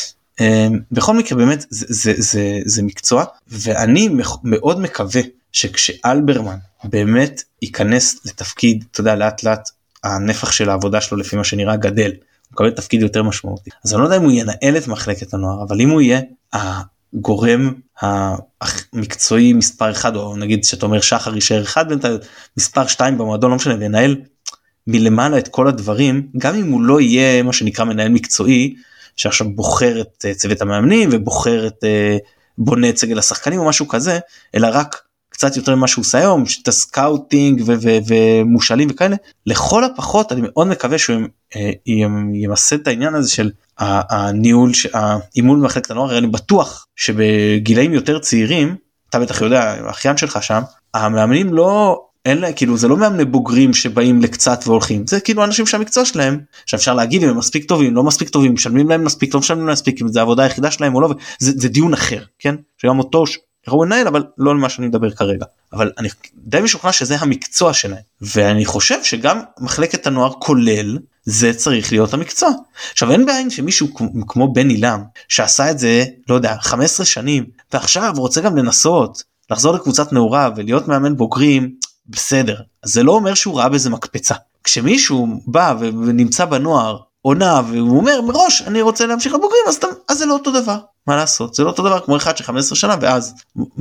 בכל מקרה באמת זה מקצוע, ואני מאוד מקווה שכשאלברמן באמת ייכנס לתפקיד, אתה יודע, לאט לאט הנפח של העבודה שלו לפי מה שנראה גדל, הוא מקבל תפקיד יותר משמעותי. אז אני לא יודע אם הוא ינהל את מחלקת הנוער, אבל אם הוא יהיה הגורם המקצועי מספר 1, או נגיד שאתה אומר שחר יישאר 1, מספר 2 במועדון, לא משנה, וינהל מלמעלה את כל הדברים, גם אם הוא לא יהיה מה שנקרא מנהל מקצועי, שעכשיו בוחר את צוות המאמנים, ובוחר את בונה את סגל השחקנים או משהו כזה, אלא רק קצת יותר ממה שהוא עושה היום, את הסקאוטינג ומושלים וכאלה. לכל הפחות אני מאוד מקווה שהוא ימסד את העניין הזה של הניהול, האימון במחלקת הנוער. אני בטוח שבגילאים יותר צעירים, אתה בטח יודע, האחיין שלך שם, המאמנים לא, אין להם, כאילו זה לא מאמני בוגרים שבאים לקצת והולכים, זה כאילו אנשים שהמקצוע שלהם, שאפשר להגיד אם הם מספיק טובים, לא מספיק טובים, משלמים להם מספיק, לא משלמים להם מספיק, אם זה העבודה היחידה שלהם או לא, זה דיון אחר, כן? שגם אותו ראו לנהל, אבל לא על מה שאני מדבר כרגע. אבל אני די משוכנע שזה המקצוע שלהם, ואני חושב שגם מחלקת הנוער כולל, זה צריך להיות המקצוע. עכשיו אין בעין שמישהו כמו בן אילם, שעשה את זה, לא יודע, 15 שנים, ועכשיו רוצה גם לנסות, לחזור לקבוצת נעורה ולהיות מאמן בוגרים, בסדר. אז זה לא אומר שהוא ראה בזה מקפצה. כשמישהו בא ונמצא בנוער, עונה, והוא אומר מראש, אני רוצה להמשיך לבוגרים, אז זה לא אותו דבר. מה לעשות? זה לא אותו דבר כמו אחד ש15 שנה, ואז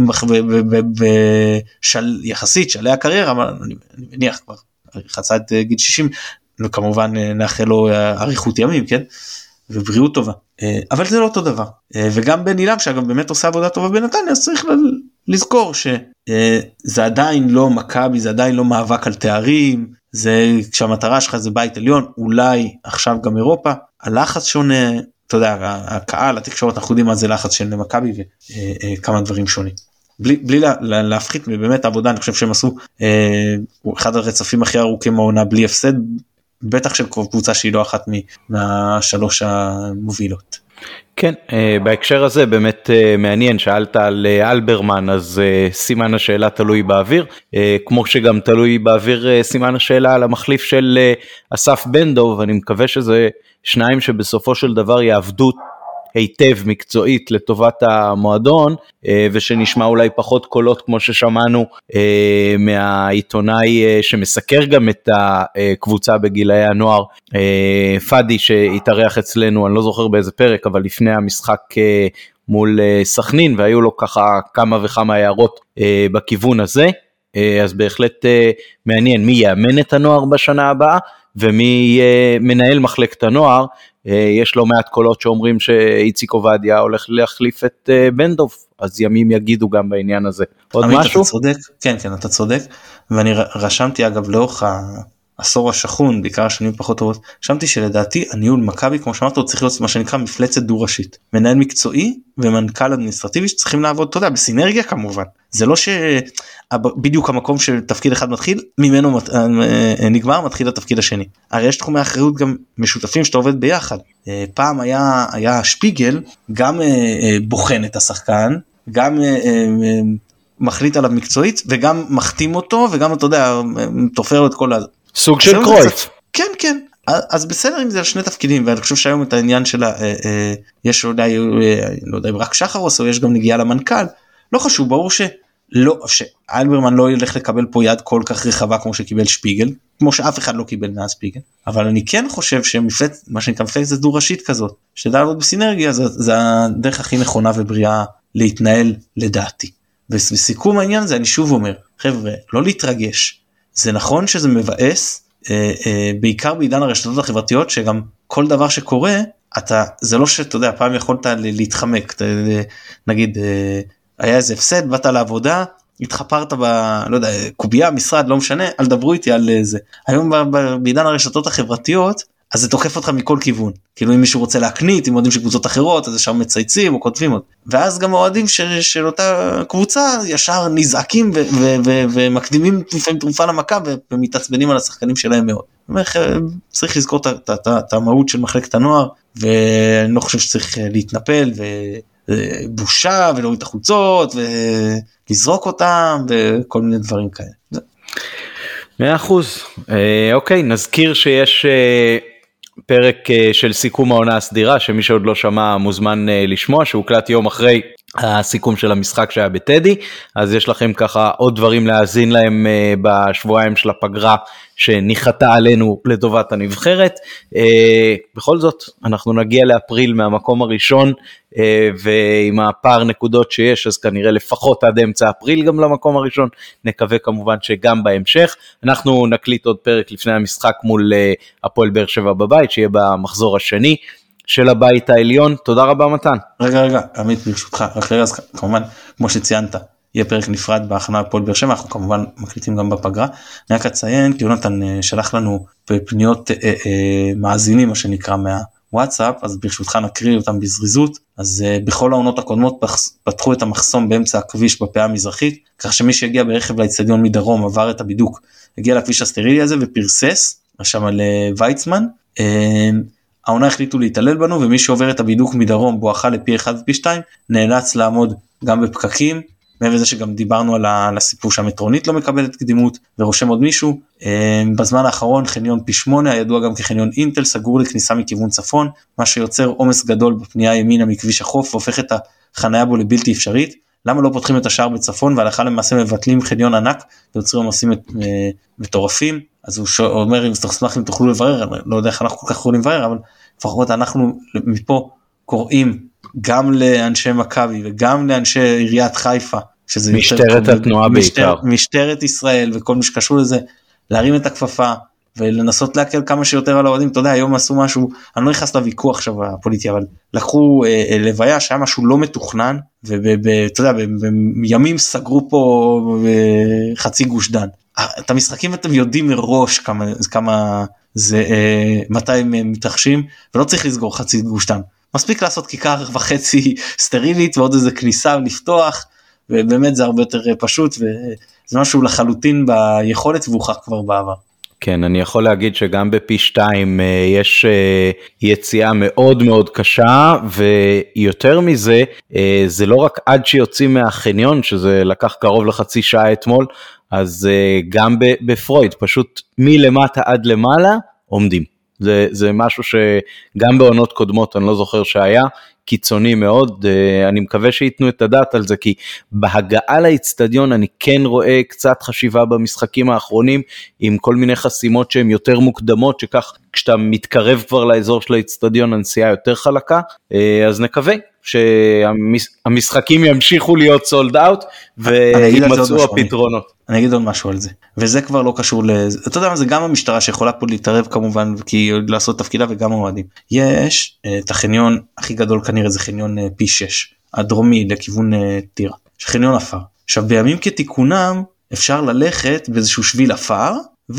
יחסית שעלי הקריירה, אבל אני מניח כבר, חצה את גיל 60, וכמובן נאחל לו אריכות ימים, כן? ובריאות טובה. אבל זה לא אותו דבר. וגם בן אילם, שאגב באמת עושה עבודה טובה בנתניה, אז צריך לזכור שזה עדיין לא מכבי, זה עדיין לא מאבק על תארים, זה כשהמטרה שלך זה בית עליון, אולי עכשיו גם אירופה, הלחץ שונה, אתה יודע, הקהל, התקשורת, אנחנו יודעים מה זה לחץ של מכבי וכמה דברים שונים. בלי להפחית באמת העבודה, אני חושב שהם עשו אחד הרצפים הכי ארוכים מהעונה בלי הפסד, בטח של קבוצה שהיא לא אחת מהשלוש המובילות. כן, בהקשר הזה באמת מעניין, שאלת על אלברמן, אז סימן השאלה תלוי באוויר, כמו שגם תלוי באוויר סימן השאלה על המחליף של אסף בנדוב, ואני מקווה שזה שניים שבסופו של דבר יעבדו היטב מקצועית לטובת המועדון, ושנשמע אולי פחות קולות כמו ששמענו מהעיתונאי שמסקר גם את הקבוצה בגילאי הנוער, פאדי, שהתארח אצלנו, אני לא זוכר באיזה פרק, אבל לפני המשחק מול סכנין, והיו לו ככה כמה וכמה הערות בכיוון הזה. אז בהחלט מעניין מי יאמן את הנוער בשנה הבאה, ומי מנהל מחלקת הנוער. יש לו מעט קולות שאומרים שאיציק עובדיה הולך להחליף את בנדוב, אז ימים יגידו גם בעניין הזה. עוד משהו? אתה צודק, כן, אתה צודק, ואני רשמתי אגב לאורך העשור השכון, בעיקר השנים פחות טובות, רשמתי שלדעתי הניהול מכבי, כמו שאמרת, צריך להיות מה שנקרא מפלצת דו-ראשית, מנהל מקצועי ומנכ"ל אדמיניסטרטיבי שצריכים לעבוד, אתה יודע, בסינרגיה כמובן, זה לא שבדיוק המקום שתפקיד אחד מתחיל, ממנו נגמר, מתחיל התפקיד השני. הרי יש תחומי אחריות גם משותפים שאתה עובד ביחד. פעם היה שפיגל, גם בוחן את השחקן, גם מחליט עליו מקצועית, וגם מחתים אותו, וגם אתה יודע, תופר לו את כל סוג של קרויף. כן, כן. אז בסדר אם זה על שני תפקידים, ואני חושב שהיום את העניין שלה, יש אולי, לא יודע אם רק שחרוס, או יש גם נגיעה למנכ"ל, לא חשוב, ברור שאלברמן לא ילך לקבל פה יד כל כך רחבה כמו שקיבל שפיגל, כמו שאף אחד לא קיבל מאז שפיגל, אבל אני כן חושב מה שנקרא מפלצת דו-ראשית כזאת, שדע לעבוד בסינרגיה, זה הדרך הכי נכונה ובריאה להתנהל לדעתי. ובסיכום העניין הזה אני שוב אומר, חבר'ה, לא להתרגש, זה נכון שזה מבאס, בעיקר בעידן הרשתות החברתיות, שגם כל דבר שקורה, זה לא שאתה יודע, פעם יכולת להתחמק, נגיד, היה איזה הפסד, באת לעבודה, התחפרת לא יודע, קובייה, משרד, לא משנה, אל דברו איתי על זה. היום בעידן הרשתות החברתיות, אז זה תוקף אותך מכל כיוון. כאילו אם מישהו רוצה להקנית, אם אוהדים של קבוצות אחרות, אז ישר מצייצים או כותבים עוד. ואז גם האוהדים של אותה קבוצה, ישר נזעקים ומקדימים לפעמים תרופה למכה, ומתעצבנים על השחקנים שלהם מאוד. צריך לזכור את המהות של מחלקת הנוער, ואני לא חושב שצריך להתנפל, ובושה, ולהוריד את החולצות, ולזרוק אותם, וכל מיני דברים כאלה. 100%. אוקיי, נזכיר שיש פרק של סיכום העונה הסדירה, שמי שעוד לא שמע מוזמן לשמוע, שהוקלט יום אחרי הסיכום של המשחק שהיה בטדי, אז יש לכם ככה עוד דברים להאזין להם בשבועיים של הפגרה שניחתה עלינו לטובת הנבחרת. בכל זאת, אנחנו נגיע לאפריל מהמקום הראשון, ועם הפער נקודות שיש, אז כנראה לפחות עד אמצע אפריל גם למקום הראשון, נקווה כמובן שגם בהמשך. אנחנו נקליט עוד פרק לפני המשחק מול הפועל באר שבע בבית, שיהיה במחזור השני, של הבית העליון. תודה רבה מתן. רגע, עמית ברשותך, אז כמובן, כמו שציינת, יהיה פרק נפרד בהכנה לפועל באר שבע, אנחנו כמובן מקליטים גם בפגרה. אני רק אציין, כי יונתן שלח לנו פניות מאזינים, מה שנקרא מהוואטסאפ, אז ברשותך נקריא אותם בזריזות. אז בכל העונות הקודמות פתחו את המחסום באמצע הכביש בפאה המזרחית, כך שמי שהגיע ברכב לאצטדיון מדרום עבר את הבידוק, הגיע לכביש הסטרילי הזה ופרסס, שם על ויצמן. העונה החליטו להתעלל בנו, ומי שעובר את הבידוק מדרום בואכה לפי 1 ופי 2, נאלץ לעמוד גם בפקקים, מעבר לזה שגם דיברנו על הסיפור שהמטרונית לא מקבלת קדימות, ורושם עוד מישהו. בזמן האחרון חניון פי 8, הידוע גם כחניון אינטל, סגור לכניסה מכיוון צפון, מה שיוצר עומס גדול בפנייה ימינה מכביש החוף, והופך את החנייה בו לבלתי אפשרית. למה לא פותחים את השער בצפון, והלכה למעשה מבטלים חניון ענק, ויוצרים עומסים מטורפים. אז הוא אומר, אם תשמח אם תוכלו לברר, אני לא יודע איך אנחנו כל כך יכולים לברר, אבל לפחות אנחנו מפה קוראים גם לאנשי מכבי וגם לאנשי עיריית חיפה, שזה משטרת התנועה בעיקר, משטרת ישראל וכל מי שקשור לזה, להרים את הכפפה ולנסות להקל כמה שיותר על האוהדים. אתה יודע, היום עשו משהו, אני לא נכנס לוויכוח עכשיו הפוליטי, אבל לקחו לוויה שהיה משהו לא מתוכנן, ואתה יודע, בימים סגרו פה חצי גוש דן. את המשחקים אתם יודעים מראש כמה זה, מתי הם מתרחשים, ולא צריך לסגור חצי גוש דן. מספיק לעשות כיכר וחצי סטרילית ועוד איזה כניסה ולפתוח, ובאמת זה הרבה יותר פשוט, וזה משהו לחלוטין ביכולת והוכח כבר בעבר. כן, אני יכול להגיד שגם בפי 2 יש יציאה מאוד מאוד קשה, ויותר מזה, זה לא רק עד שיוצאים מהחניון, שזה לקח קרוב לחצי שעה אתמול, אז גם בפרויד, פשוט מלמטה עד למעלה עומדים. זה משהו שגם בעונות קודמות אני לא זוכר שהיה, קיצוני מאוד. אני מקווה שיתנו את הדעת על זה, כי בהגעה לאצטדיון אני כן רואה קצת חשיבה במשחקים האחרונים, עם כל מיני חסימות שהן יותר מוקדמות, שכך כשאתה מתקרב כבר לאזור של האצטדיון הנסיעה יותר חלקה, אז נקווה שהמשחקים ימשיכו להיות סולד אאוט, וימצאו הפתרונות. אני אגיד עוד משהו על זה, וזה כבר לא קשור לזה, אתה יודע מה, זה גם המשטרה שיכולה פה להתערב כמובן, כי לעשות תפקידה, וגם המועדים. יש את החניון הכי גדול כנראה, זה חניון פי 6, הדרומי לכיוון טירה, חניון אפר. עכשיו בימים כתיקונם, אפשר ללכת באיזשהו שביל אפר,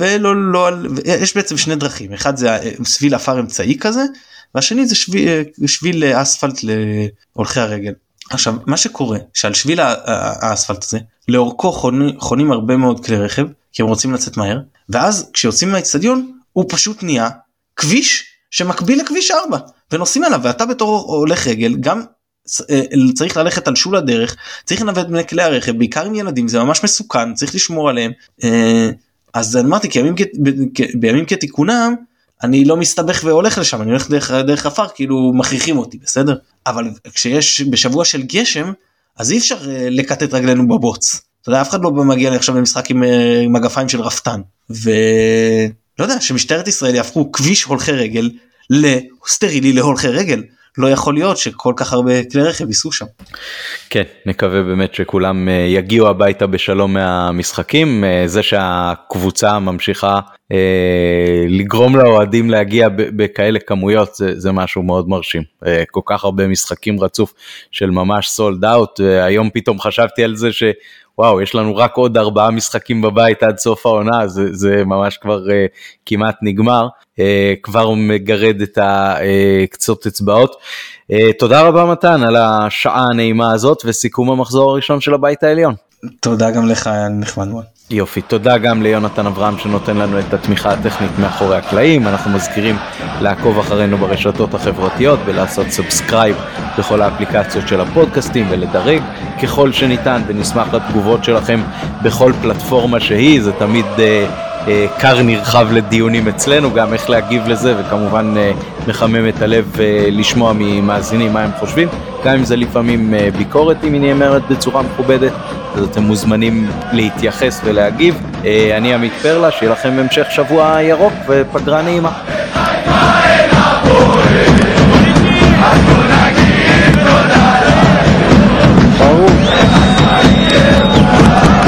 יש בעצם שני דרכים, אחד זה שביל אפר אמצעי כזה, והשני זה שביל אספלט להולכי הרגל. עכשיו, מה שקורה, שעל שביל האספלט הזה, לאורכו חונים הרבה מאוד כלי רכב, כי הם רוצים לצאת מהר, ואז כשיוצאים מהאצטדיון, הוא פשוט נהיה כביש שמקביל לכביש 4, ונוסעים עליו, ואתה בתור הולך רגל, גם צריך ללכת על שול הדרך, צריך לנווט בין כלי הרכב, בעיקר עם ילדים, זה ממש מסוכן, צריך לשמור עליהם. אז אמרתי, כי בימים כתיקונם, אני לא מסתבך והולך לשם, אני הולך דרך אפר, כאילו מכריחים אותי, בסדר? אבל כשיש בשבוע של גשם, אז אי אפשר לקטט רגלינו בבוץ. אתה יודע, אף אחד לא מגיע לי עכשיו למשחק עם מגפיים של רפתן. ולא יודע, שמשטרת ישראל יהפכו כביש הולכי רגל לסטרילי להולכי רגל. לא יכול להיות שכל כך הרבה כלי רכב ייסעו שם. כן, נקווה באמת שכולם יגיעו הביתה בשלום מהמשחקים, זה שהקבוצה ממשיכה לגרום לאוהדים להגיע בכאלה כמויות, זה משהו מאוד מרשים, כל כך הרבה משחקים רצוף של ממש סולד אאוט, היום פתאום חשבתי על זה וואו, יש לנו רק עוד 4 משחקים בבית עד סוף העונה, זה ממש כבר כמעט נגמר, כבר מגרד את קצות אצבעות. תודה רבה מתן על השעה הנעימה הזאת, וסיכום המחזור הראשון של הבית העליון. תודה גם לך, היה נחמד מאוד. יופי, תודה גם ליונתן אברהם שנותן לנו את התמיכה הטכנית מאחורי הקלעים. אנחנו מזכירים לעקוב אחרינו ברשתות החברתיות ולעשות סאבסקרייב בכל האפליקציות של הפודקאסטים ולדרג ככל שניתן, ונשמח לתגובות שלכם בכל פלטפורמה שהיא, זה תמיד קר נרחב לדיונים אצלנו, גם איך להגיב לזה, וכמובן מחמם את הלב לשמוע ממאזינים מה הם חושבים, גם אם זה לפעמים ביקורת, אם היא נאמרת בצורה מכובדת, אז אתם מוזמנים להתייחס ולהגיב. אני עמית פרלה, שיהיה לכם המשך שבוע ירוק ופגרה נעימה. ברור.